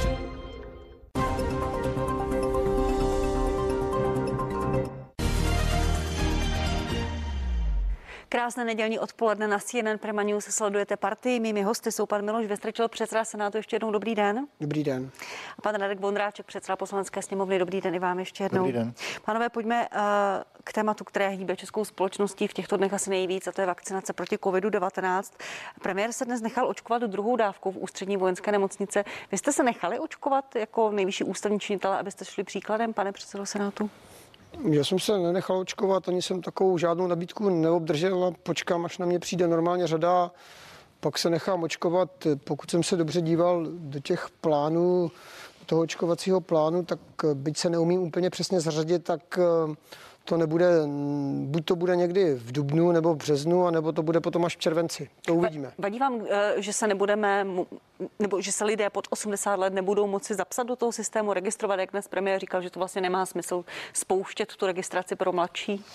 Krásné nedělní odpoledne na CNN Prima News sledujete Partii. Mými hosty jsou pan Miloš Vystrčil, předseda Senátu. Ještě jednou dobrý den. Dobrý den. A pan Radek Vondráček, předseda Poslanecké sněmovny. Dobrý den i vám ještě jednou. Dobrý den. Pánové, pojďme k tématu, které hýbe českou společností v těchto dnech asi nejvíc, a to je vakcinace proti COVID-19. Premiér se dnes nechal očkovat druhou dávkou v Ústřední vojenské nemocnice. Vy jste se nechali očkovat jako nejvyšší ústavní činitelé, abyste šli příkladem, pane předsedo Senátu? Já jsem se nenechal očkovat, ani jsem takovou žádnou nabídku neobdržel a počkám, až na mě přijde normálně řada, pak se nechám očkovat. Pokud jsem se dobře díval do těch plánů, toho očkovacího plánu, tak byť se neumím úplně přesně zařadit, tak to nebude, buď to bude někdy v dubnu nebo v březnu, anebo to bude potom až v červenci. To uvidíme. Vadí vám, že se nebudeme, nebo že se lidé pod 80 let nebudou moci zapsat do toho systému, registrovat, jak dnes premiér říkal, že to vlastně nemá smysl spouštět tu registraci pro mladší?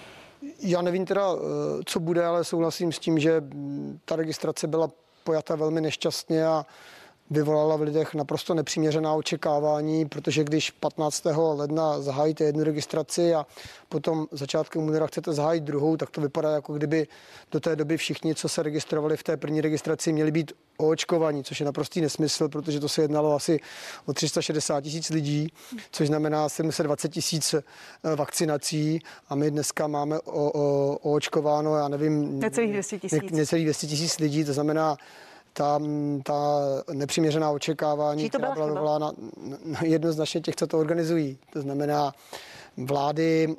Já nevím teda, co bude, ale souhlasím s tím, že ta registrace byla pojata velmi nešťastně a vyvolala v lidech naprosto nepřiměřená očekávání, protože když 15. ledna zahájíte jednu registraci a potom začátkem února chcete zahájit druhou, tak to vypadá, jako kdyby do té doby všichni, co se registrovali v té první registraci, měli být oočkovaní, což je naprostý nesmysl, protože to se jednalo asi o 360 000 lidí, což znamená 720 000 vakcinací a my dneska máme oočkováno, já nevím, necelých 200 000 lidí, to znamená, ta nepřiměřená očekávání, která byla vyvolána jednoznačně těch, co to organizují. To znamená vlády,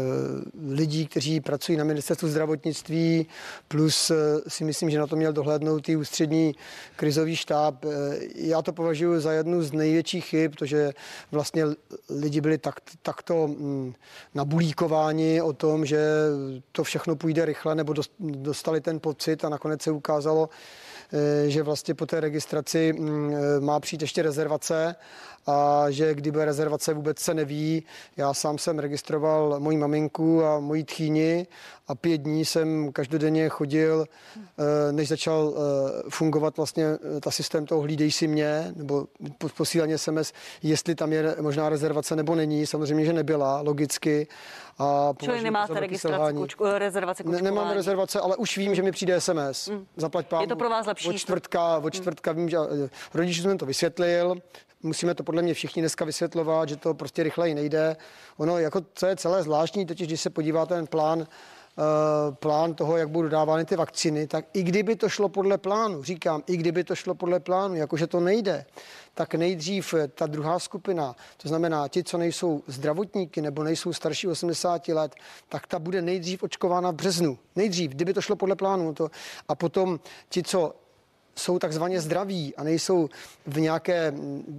lidí, kteří pracují na ministerstvu zdravotnictví, plus si myslím, že na to měl dohlédnout i ústřední krizový štáb. Já to považuji za jednu z největších chyb, protože vlastně lidi byli takto nabulíkováni o tom, že to všechno půjde rychle, nebo dostali ten pocit a nakonec se ukázalo, že vlastně po té registraci má přijít ještě rezervace a že kdyby rezervace vůbec se neví. Já sám jsem registroval moji maminku a moji tchýni a 5 dní jsem každodenně chodil, než začal fungovat vlastně ta systém toho hlídej si mě, nebo posílání SMS, jestli tam je možná rezervace nebo není. Samozřejmě, že nebyla, logicky. Čili nemáte rezervaci k očkování? Nemám rezervace, ale už vím, že mi přijde SMS. Zaplať pámu. Je to pro vás lepší? Od čtvrtka vím, že rodičům jsem to vysvětlil. Musíme to podle mě všichni dneska vysvětlovat, že to prostě rychleji nejde. Ono, jako co je celé zvláštní, totiž když se podíváte ten plán toho, jak budou dodávány ty vakcíny, tak i kdyby to šlo podle plánu, jakože to nejde, tak nejdřív ta druhá skupina, to znamená ti, co nejsou zdravotníky nebo nejsou starší 80 let, tak ta bude nejdřív očkována v březnu. Nejdřív, kdyby to šlo podle plánu. A potom ti, co jsou takzvaně zdraví a nejsou v nějaké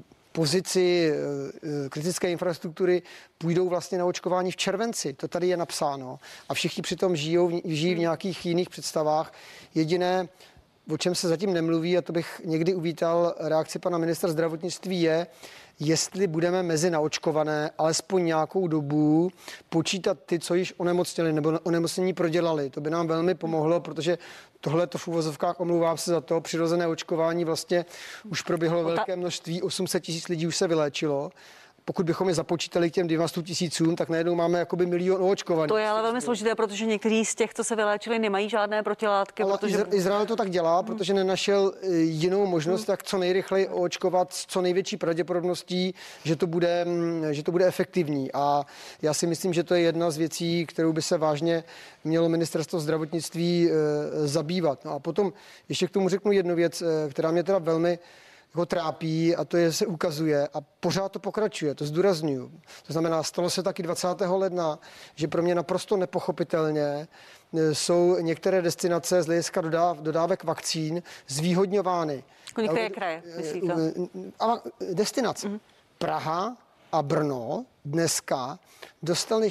pozici kritické infrastruktury, půjdou vlastně na očkování v červenci. To tady je napsáno. A všichni přitom žijí v nějakých jiných představách. Jediné, o čem se zatím nemluví, a to bych někdy uvítal reakci pana ministra zdravotnictví, je, jestli budeme mezi naočkované alespoň nějakou dobu počítat ty, co již onemocněli nebo onemocnění prodělali. To by nám velmi pomohlo, protože tohle to v uvozovkách, omlouvám se za to, přirozené očkování vlastně už proběhlo velké množství, 800 000 lidí už se vyléčilo. Pokud bychom je započítali k těm 200 000, tak najednou máme jakoby 1 000 000 oočkovaných. To je ale velmi složité, protože někteří z těch, co se vyléčili, nemají žádné protilátky. Ale protože Izrael to tak dělá, protože nenašel jinou možnost, jak co nejrychleji oočkovat s co největší pravděpodobností, že to bude efektivní. A já si myslím, že to je jedna z věcí, kterou by se vážně mělo ministerstvo zdravotnictví zabývat. No a potom ještě k tomu řeknu jednu věc, která mě teda velmi ho trápí, a to je, se ukazuje a pořád to pokračuje, to zdůrazňuju. To znamená, stalo se taky 20. ledna, že pro mě naprosto nepochopitelně jsou některé destinace z hlediska dodávek vakcín zvýhodňovány. Některé kraje, myslíte? Destinace. Praha a Brno dneska dostali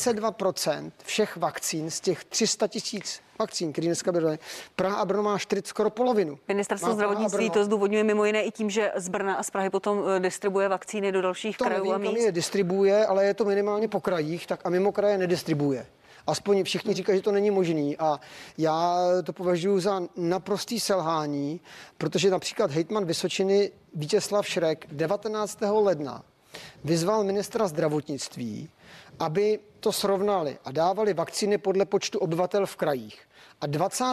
42% všech vakcín z těch 300 000 vakcín, které dneska byly. Praha a Brno má skoro polovinu. Ministerstvo zdravotnictví to zdůvodňuje mimo jiné i tím, že z Brna a z Prahy potom distribuje vakcíny do dalších krajů a míst. To nevím, je distribuje, ale je to minimálně po krajích, tak a mimo kraje nedistribuje. Aspoň všichni říkají, že to není možný a já to považuji za naprostý selhání, protože například hejtman Vysočiny Vítězslav Šrek 19. ledna vyzval ministra zdravotnictví, aby to srovnali a dávali vakcíny podle počtu obyvatel v krajích. A 20.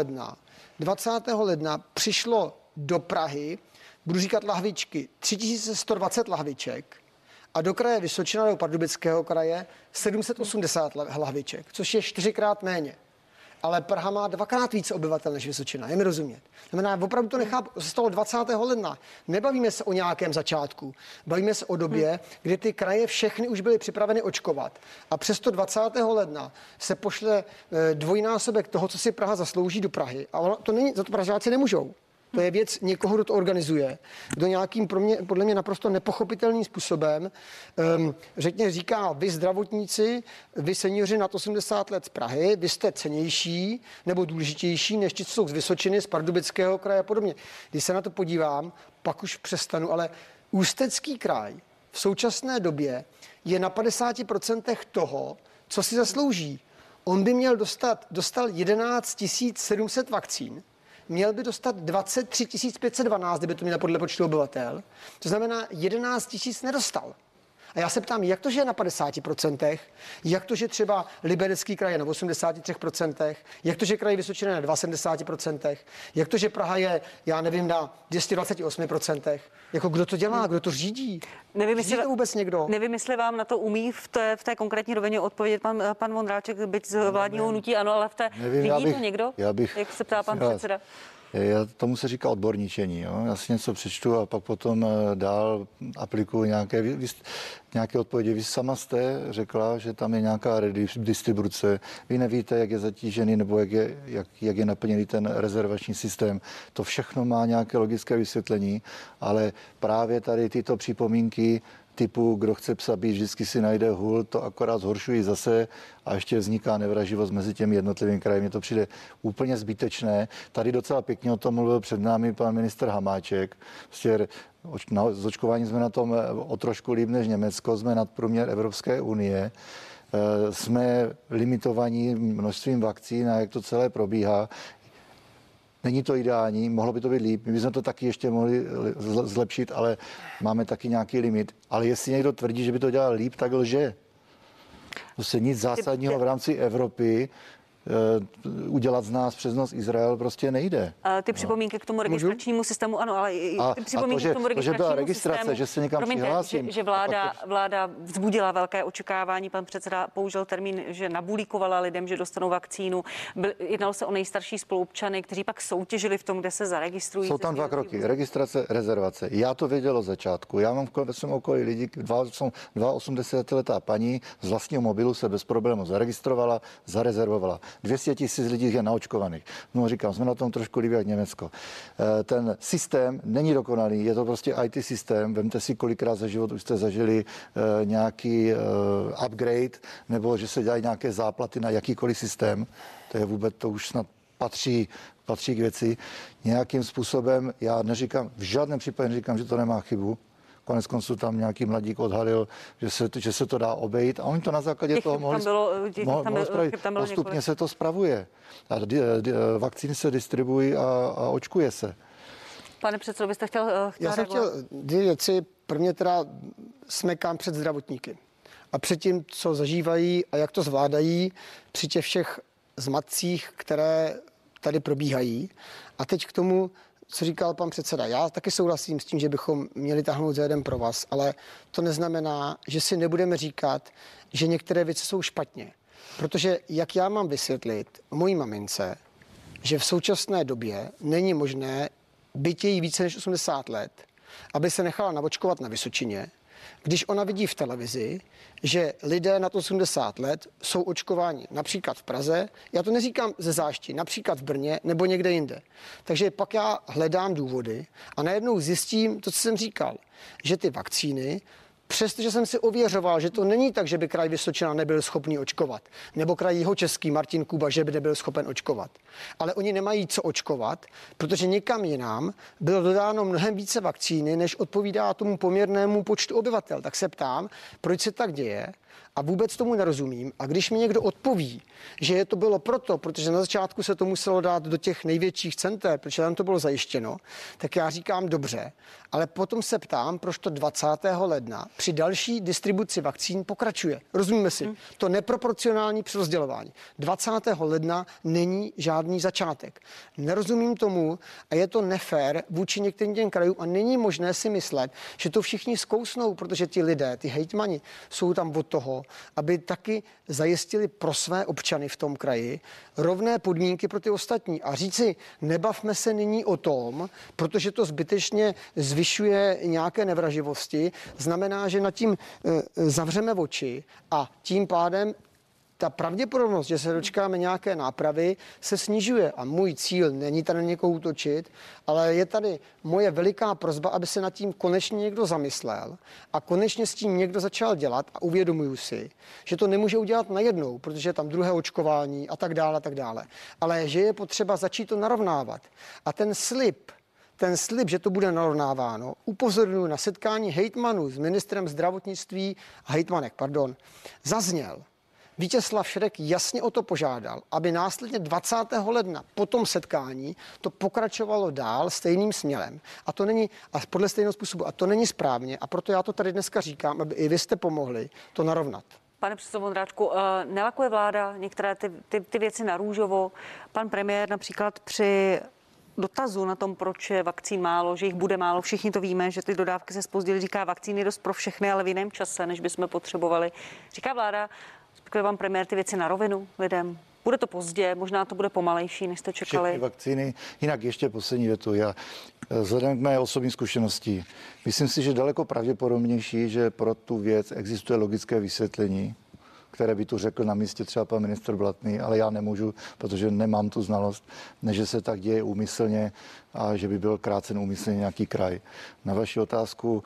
ledna přišlo do Prahy, budu říkat lahvičky, 3120 lahviček a do kraje Vysočina nebo Pardubického kraje 780 lahviček, což je 4krát méně. Ale Praha má 2krát více obyvatel než Vysočina, je mi rozumět. Znamená, opravdu to nechápu, to se stalo 20. ledna. Nebavíme se o nějakém začátku, bavíme se o době, kdy ty kraje všechny už byly připraveny očkovat. A přesto 20. ledna se pošle dvojnásobek toho, co si Praha zaslouží do Prahy. A to není, za to Pražáci nemůžou. To je věc někoho, kdo to organizuje, kdo nějakým podle mě naprosto nepochopitelným způsobem říká, vy zdravotníci, vy seniori nad 80 let z Prahy, vy jste cennější nebo důležitější než ti, co jsou z Vysočiny, z Pardubického kraje a podobně. Když se na to podívám, pak už přestanu, ale Ústecký kraj v současné je na 50% toho, co si zaslouží. On by měl dostal 11 700 vakcín, měl by dostat 23 512, kdyby to měl podle počtu obyvatel. To znamená, 11 000 nedostal. A já se ptám, jak to, že je na 50%, jak to, že třeba Liberecký kraj je na 83%, jak to, že kraj Vysočina je na 72%, jak to, že Praha je, já nevím, na 228%. Jako kdo to dělá, kdo to řídí? Řídí to vůbec někdo? Nevím, jestli vám na to umí v té konkrétní rovině odpovědět pan Vondráček, byť z vládního hnutí, ano, ale vidí to někdo? Jak se ptá pan předseda? Tomu se říká odborníčení. Jo? Já si něco přečtu a pak potom dál aplikuju nějaké odpovědi. Vy sama jste řekla, že tam je nějaká redistribuce. Vy nevíte, jak je zatížený nebo jak je naplněný ten rezervační systém. To všechno má nějaké logické vysvětlení, ale právě tady tyto připomínky typu, kdo chce psa být, vždycky si najde hůl, to akorát zhoršují zase a ještě vzniká nevraživost mezi těmi jednotlivými kraji. Mně to přijde úplně zbytečné. Tady docela pěkně o tom mluvil před námi pan ministr Hamáček. Prostě s očkováním jsme na tom o trošku líp než Německo, jsme nad průměr Evropské unie. Jsme limitovaní množstvím vakcín a jak to celé probíhá. Není to ideální, mohlo by to být líp. My bychom to taky ještě mohli zlepšit, ale máme taky nějaký limit. Ale jestli někdo tvrdí, že by to dělal líp, tak lže. To se nic zásadního v rámci Evropy udělat z nás přes noc Izrael prostě nejde. Ty připomínky k tomu registračnímu systému, ano, ale ty připomínky k tomu registračnímu systému, že se někam přihlásím. Že vláda vzbudila velké očekávání, pan předseda použil termín, že nabulíkovala lidem, že dostanou vakcínu. Jednalo se o nejstarší spoluobčany, kteří pak soutěžili v tom, kde se zaregistrují. Jsou tam 2 kroky, registrace, rezervace. Já to věděl od začátku. Já mám ve svém okolí lidi, 82letá paní z vlastního mobilu se bez problému zaregistrovala, zarezervovala. 200 000 lidí je naočkovaných. No říkám, jsme na tom trošku líbí jak Německo. Ten systém není dokonalý, je to prostě IT systém. Vemte si, kolikrát za život už jste zažili nějaký upgrade, nebo že se dělají nějaké záplaty na jakýkoliv systém. To už snad patří k věci. Nějakým způsobem, já neříkám, v žádném případě neříkám, že to nemá chybu. Koneckonců tam nějaký mladík odhalil, že se to dá obejít a oni to na základě toho mohli spravit. Postupně se to spravuje. A vakcíny se distribuují a očkuje se. Pane předsedo, byste chtěl Já jsem chtěl 2 věci. Prvně teda smekám před zdravotníky. A před tím, co zažívají a jak to zvládají při těch všech zmatcích, které tady probíhají. A teď k tomu, co říkal pan předseda. Já taky souhlasím s tím, že bychom měli táhnout za jeden provaz, ale to neznamená, že si nebudeme říkat, že některé věci jsou špatně. Protože jak já mám vysvětlit mojí mamince, že v současné době není možné, byť jí více než 80 let, aby se nechala naočkovat na Vysočině, když ona vidí v televizi, že lidé nad 80 let jsou očkováni například v Praze, já to neříkám ze zášti, například v Brně nebo někde jinde. Takže pak já hledám důvody a najednou zjistím to, co jsem říkal, že ty vakcíny, přestože jsem si ověřoval, že to není tak, že by kraj Vysočina nebyl schopný očkovat, nebo kraj Jihočeský Martin Kuba, že by nebyl schopen očkovat. Ale oni nemají co očkovat, protože někam jinam bylo dodáno mnohem více vakcíny, než odpovídá tomu poměrnému počtu obyvatel. Tak se ptám, proč se tak děje? A vůbec tomu nerozumím. A když mi někdo odpoví, že to bylo protože na začátku se to muselo dát do těch největších center, protože tam to bylo zajištěno, tak já říkám dobře. Ale potom se ptám, proč to 20. ledna při další distribuci vakcín pokračuje. Rozumíme si? To neproporcionální přerozdělování. 20. ledna není žádný začátek. Nerozumím tomu a je to nefér vůči některým těm krajům a není možné si myslet, že to všichni zkousnou, protože ti lidé, ty hejtmani, jsou tam od toho, aby taky zajistili pro své občany v tom kraji rovné podmínky pro ty ostatní. A říci, nebavme se nyní o tom, protože to zbytečně zvyšuje nějaké nevraživosti, znamená, že nad tím zavřeme oči a tím pádem ta pravděpodobnost, že se dočkáme nějaké nápravy, se snižuje a můj cíl není tady na někoho útočit, ale je tady moje veliká prosba, aby se nad tím konečně někdo zamyslel a konečně s tím někdo začal dělat a uvědomuju si, že to nemůže udělat najednou, protože je tam druhé očkování a tak dále, ale že je potřeba začít to narovnávat. A ten slib, že to bude narovnáváno, upozorňuji na setkání hejtmanů s ministrem zdravotnictví a hejtmanek, zazněl. Vítězslav Šrek jasně o to požádal, aby následně 20. ledna po tom setkání to pokračovalo dál stejným směrem. A to není, a podle stejného způsobu. A to není správně. A proto já to tady dneska říkám, aby i vy jste pomohli to narovnat. Pane předsedo Vondráčku, nelakuje vláda některé ty věci na růžovo? Pan premiér například při dotazu na tom, proč je vakcín málo, že jich bude málo, všichni to víme, že ty dodávky se zpozdily, říká, vakcíny dost pro všechny, ale v jiném čase, než bychom potřebovali. Říká vláda, řekl vám premiér ty věci na rovinu lidem. Bude to pozdě, možná to bude pomalejší, než jste čekali. Všechny vakcíny, jinak ještě poslední větu. Já vzhledem k mé osobní zkušenosti, myslím si, že daleko pravděpodobnější, že pro tu věc existuje logické vysvětlení, které by tu řekl na místě třeba pan ministr Blatný, ale já nemůžu, protože nemám tu znalost, než že se tak děje úmyslně a že by byl krácen úmyslně nějaký kraj. Na vaši otázku,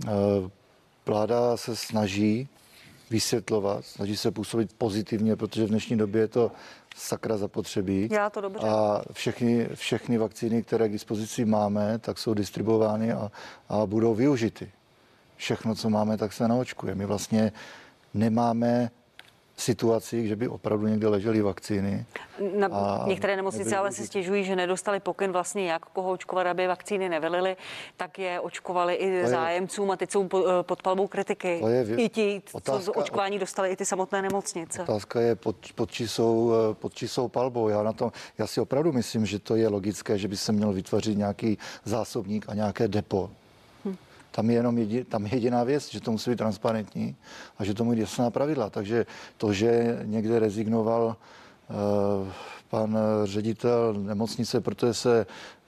vláda se snaží vysvětlovat, snaží se působit pozitivně, protože v dnešní době je to sakra zapotřebí. Dělá to dobře. A všechny vakcíny, které k dispozici máme, tak jsou distribuovány a budou využity. Všechno, co máme, tak se naočkuje. My vlastně nemáme situaci, že by opravdu někde ležely vakcíny. Některé nemocnice ale si stěžují, že nedostali pokyn vlastně, jak koho očkovat, aby vakcíny nevylily, tak je očkovali i zájemcům a teď jsou pod palbou kritiky. I ti, co očkování dostali, i ty samotné nemocnice. Otázka je pod čisou palbou. Já si opravdu myslím, že to je logické, že by se měl vytvořit nějaký zásobník a nějaké depo. Tam je jediná věc, že to musí být transparentní a že to musí být jasná pravidla. Takže to, že někde rezignoval pan ředitel nemocnice, protože se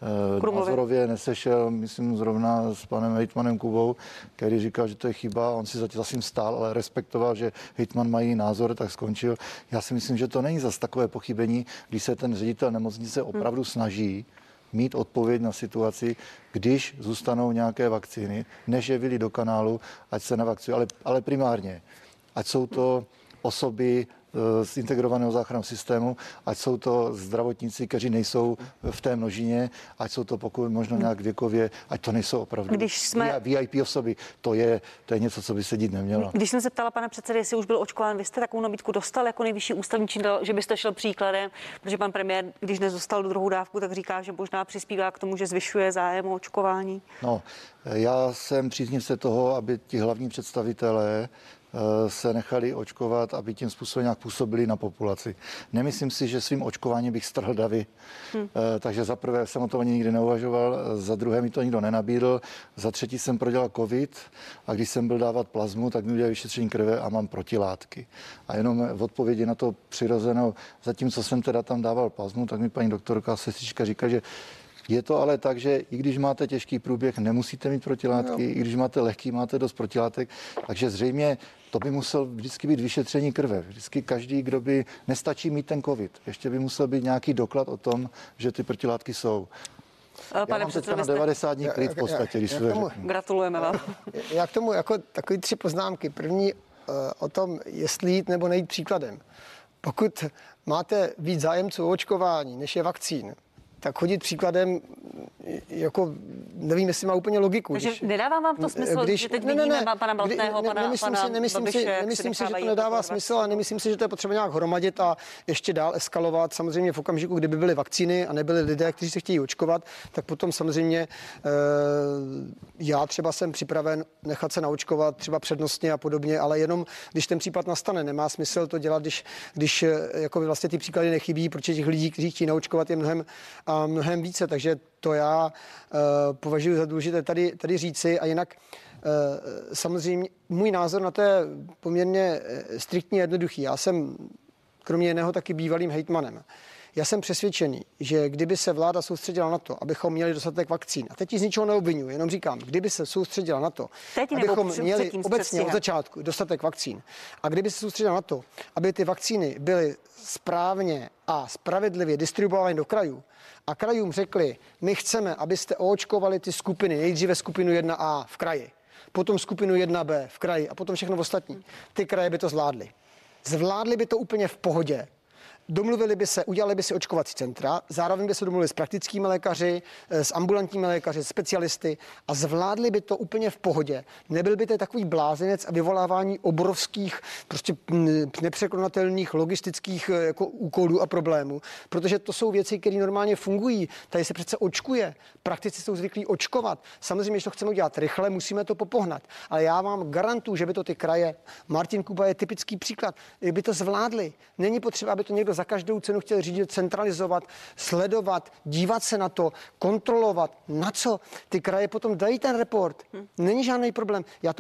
názorově nesešel, myslím zrovna s panem hejtmanem Kubou, který říkal, že to je chyba, on si zatím stál, ale respektoval, že hejtman mají názor, tak skončil. Já si myslím, že to není zas takové pochybení, když se ten ředitel nemocnice opravdu snaží mít odpověď na situaci, když zůstanou nějaké vakcíny, než je vylí do kanálu, ať se navakcují, ale primárně, ať jsou to osoby z integrovaného záchranného systému, ať jsou to zdravotníci, kteří nejsou v té množině, ať jsou to pokud možno nějak věkově, ať to nejsou opravdu VIP osoby. To je něco, co by se dít nemělo. Když jsem se ptala pana předsedy, jestli už byl očkován, vy jste takovou nabídku dostal jako nejvyšší ústavní činitel, že byste šel příkladem, protože pan premiér, když nedostal druhou dávku, tak říká, že možná přispívá k tomu, že zvyšuje zájem o očkování. No, já jsem příznivce toho, aby ti hlavní představitelé se nechali očkovat, aby tím způsobem nějak působili na populaci. Nemyslím si, že svým očkováním bych strhl davy, takže za prvé jsem o tom ani nikdy neuvažoval, za druhé mi to nikdo nenabídl, za třetí jsem prodělal covid a když jsem byl dávat plazmu, tak mi udělali vyšetření krve a mám protilátky. A jenom v odpovědi na to přirozenou, zatímco jsem teda tam dával plazmu, tak mi paní doktorka, sestřička říká, že je to ale tak, že i když máte těžký průběh, nemusíte mít protilátky, i když máte lehký, máte dost protilátek, takže zřejmě to by musel vždycky být vyšetření krve. Vždycky každý, kdo by, nestačí mít ten covid, ještě by musel být nějaký doklad o tom, že ty protilátky jsou. Já mám teďka na 90 dní klid v podstatě, když se Gratulujeme vám. Já k tomu jako takový 3 poznámky. První o tom, jestli jít nebo nejít příkladem. Pokud máte víc zájemců o očkování, než je vakcín, tak chodit příkladem, jako nevím, jestli má úplně logiku. Takže nedává vám to smysl, že teď vidíme pana Blatného, pana Nemyslím si, že to nedává smysl a nemyslím si, že to je potřeba nějak hromadit a ještě dál eskalovat. Samozřejmě v okamžiku, kdyby byly vakcíny a nebyli lidé, kteří se chtějí očkovat, tak potom samozřejmě já třeba jsem připraven nechat se naočkovat třeba přednostně a podobně, ale jenom když ten případ nastane, nemá smysl to dělat, když jako vlastně ty příklady nechybí, protože těch lidí, kteří chtějí naočkovat, je mnohem více, takže to já považuji za důležité tady říci a jinak samozřejmě můj názor na to je poměrně striktně jednoduchý. Já jsem kromě jiného taky bývalým hejtmanem. Já jsem přesvědčený, že kdyby se vláda soustředila na to, abychom měli dostatek vakcín, a teď z ničeho neobvinuji, jenom říkám, kdyby se soustředila na to, abychom měli obecně od začátku dostatek vakcín, a kdyby se soustředila na to, aby ty vakcíny byly správně a spravedlivě distribuovány do krajů, a krajům řekli, my chceme, abyste oočkovali ty skupiny, nejdříve skupinu 1A v kraji, potom skupinu 1B v kraji a potom všechno ostatní. Ty kraje by to zvládly. Zvládli by to úplně v pohodě. Domluvili by se, udělali by si očkovací centra, zároveň by se domluvili s praktickými lékaři, s ambulantními lékaři, specialisty a zvládli by to úplně v pohodě. Nebyl by to takový blázinec a vyvolávání obrovských, prostě nepřekonatelných logistických jako úkolů a problémů, protože to jsou věci, které normálně fungují. Tady se přece očkuje. Praktici jsou zvyklí očkovat. Samozřejmě, když to chceme udělat rychle, musíme to popohnat. Ale já vám garantuju, že by to ty kraje, Martin Kuba je typický příklad, by to zvládli. Není potřeba, aby to někdo za každou cenu chtěl řídit, centralizovat, sledovat, dívat se na to, kontrolovat. Na co? Ty kraje potom dají ten report. Není žádný problém. Já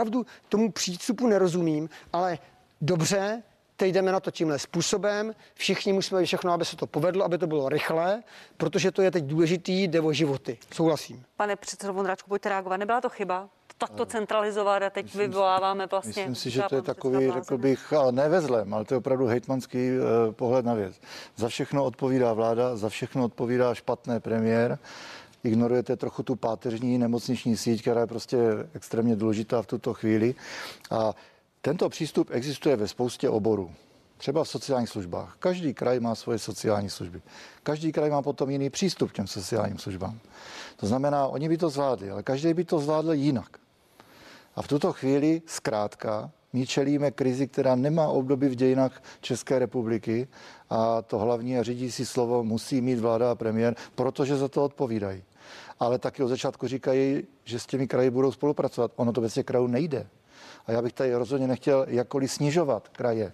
tomu přístupu nerozumím, ale dobře, teď jdeme na to tímhle způsobem. Všichni musíme všechno, aby se to povedlo, aby to bylo rychlé, protože to je teď důležitý, jde o životy. Souhlasím. Pane předsedo Vondráčku, pojďte reagovat. Nebyla to chyba? Takto centralizovat a teď vyvoláváme vlastně... Myslím si, že to je takový, řekl bych, ale ne ve zlém, ale to je opravdu hejtmanský pohled na věc. Za všechno odpovídá vláda, za všechno odpovídá špatný premiér. Ignorujete trochu tu páteřní nemocniční síť, která je prostě extrémně důležitá v tuto chvíli. A tento přístup existuje ve spoustě oborů. Třeba v sociálních službách. Každý kraj má svoje sociální služby. Každý kraj má potom jiný přístup k těm sociálním službám. To znamená, oni by to zvládli, ale každý by to zvládl jinak. A v tuto chvíli zkrátka my čelíme krizi, která nemá období v dějinách České republiky a to hlavní a řídící slovo musí mít vláda a premiér, protože za to odpovídají. Ale taky od začátku říkají, že s těmi kraji budou spolupracovat. Ono to bez těch krajů nejde. A já bych tady rozhodně nechtěl jakkoliv snižovat kraje.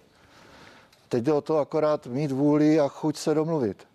Teď jde o to akorát mít vůli a chuť se domluvit.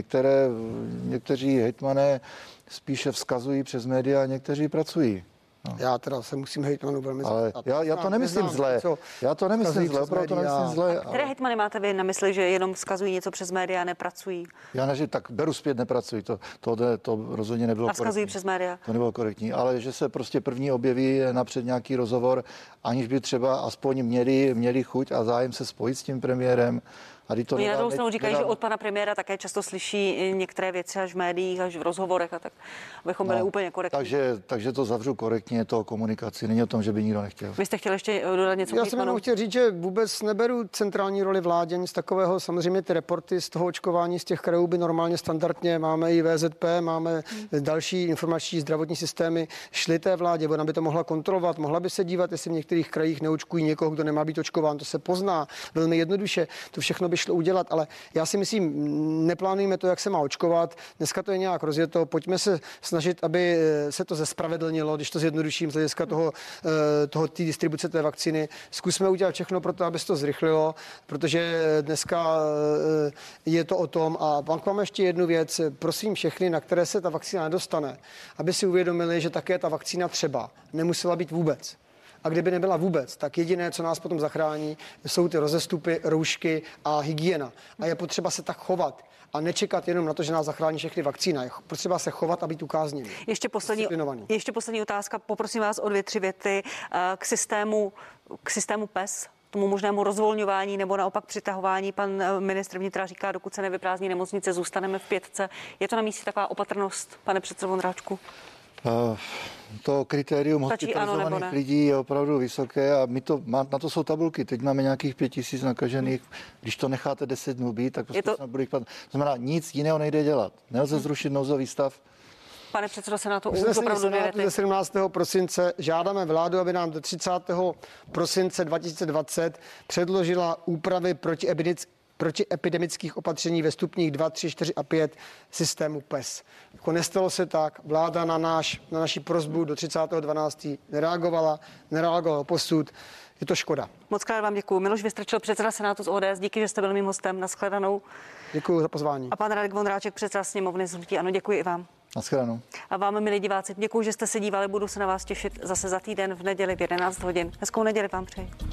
Někteří hejtmané spíše vzkazují přes média, někteří pracují. No. Já teda se musím hejtmanu velmi zeptat. Já to nemyslím zle. Já to nemyslím zle, opravdu to nemyslím zle. Které hejtmany máte vy na mysli, že jenom vzkazují něco přes média a nepracují? Já než tak beru zpět, nepracují. To rozhodně nebylo korektní. A vzkazují přes média? To nebylo korektní, ale že se prostě první objeví napřed nějaký rozhovor, aniž by třeba aspoň měli chuť a zájem se spojit s tím premiérem. Oni na druhou stranu říkají, že od pana premiéra také často slyší některé věci až v médiích, až v rozhovorech a tak, abychom byli úplně korektní. Takže to zavřu korektně, to komunikaci. Není o tom, že by nikdo nechtěl. Vy jste chtěl ještě dodat něco? Já jsem jenom chtěl říct, že vůbec neberu centrální roli vládě, nic takového. Samozřejmě ty reporty z toho očkování z těch krajů by normálně standardně, máme i VZP, máme další informační zdravotní systémy, šly té vládě, ona by to mohla kontrolovat, mohla by se dívat, jestli v některých krajích neočkují někoho, kdo nemá být očkován, to se pozná velmi jednoduše. To všechno by šlo udělat, ale já si myslím, neplánujeme to, jak se má očkovat. Dneska to je nějak rozjeto. Pojďme se snažit, aby se to zespravedlnilo, když to zjednoduším z hlediska té distribuce té vakcíny. Zkusme udělat všechno pro to, aby se to zrychlilo, protože dneska je to o tom. A pak mám ještě jednu věc. Prosím všechny, na které se ta vakcína nedostane, aby si uvědomili, že také ta vakcína třeba nemusela být vůbec. A kdyby nebyla vůbec, tak jediné, co nás potom zachrání, jsou ty rozestupy, roušky a hygiena. A je potřeba se tak chovat a nečekat jenom na to, že nás zachrání všechny vakcína. Je potřeba se chovat a být ukázněný. Ještě poslední otázka. Poprosím vás o 2-3 věty k systému PES, tomu možnému rozvolňování nebo naopak přitahování. Pan ministr vnitra říká, dokud se nevyprázdní nemocnice, zůstaneme v 5. Je to na místě taková opatrnost, pane předsedo Vondráčku? To kritérium hospitalizovaných lidí je opravdu vysoké a na to jsou tabulky. Teď máme nějakých 5 000 nakažených. Když to necháte 10 dnů být, tak prostě bude to znamená, nic jiného nejde dělat. Nelze zrušit nouzový stav. Pane předsedo Senátu, už opravdu 2 věty. 17. prosince žádáme vládu, aby nám do 30. prosince 2020 předložila úpravy protiepidemických opatření ve stupních 2, 3, 4 a 5 systému PES. Jako nestalo se tak, vláda na naši prosbu do 30.12. nereagovala posud. Je to škoda. Moc krát vám děkuji. Miloš Vystrčil, předseda Senátu z ODS, díky, že jste byl mým hostem. Nashledanou. Děkuji za pozvání. A pan Radek Vondráček, předseda sněmovny z hnutí ANO, děkuji i vám. Nashledanou. A vám, milí diváci, děkuji, že jste se dívali. Budu se na vás těšit zase za týden v neděli v 11 hodin. Hezkou neděli vám přeji.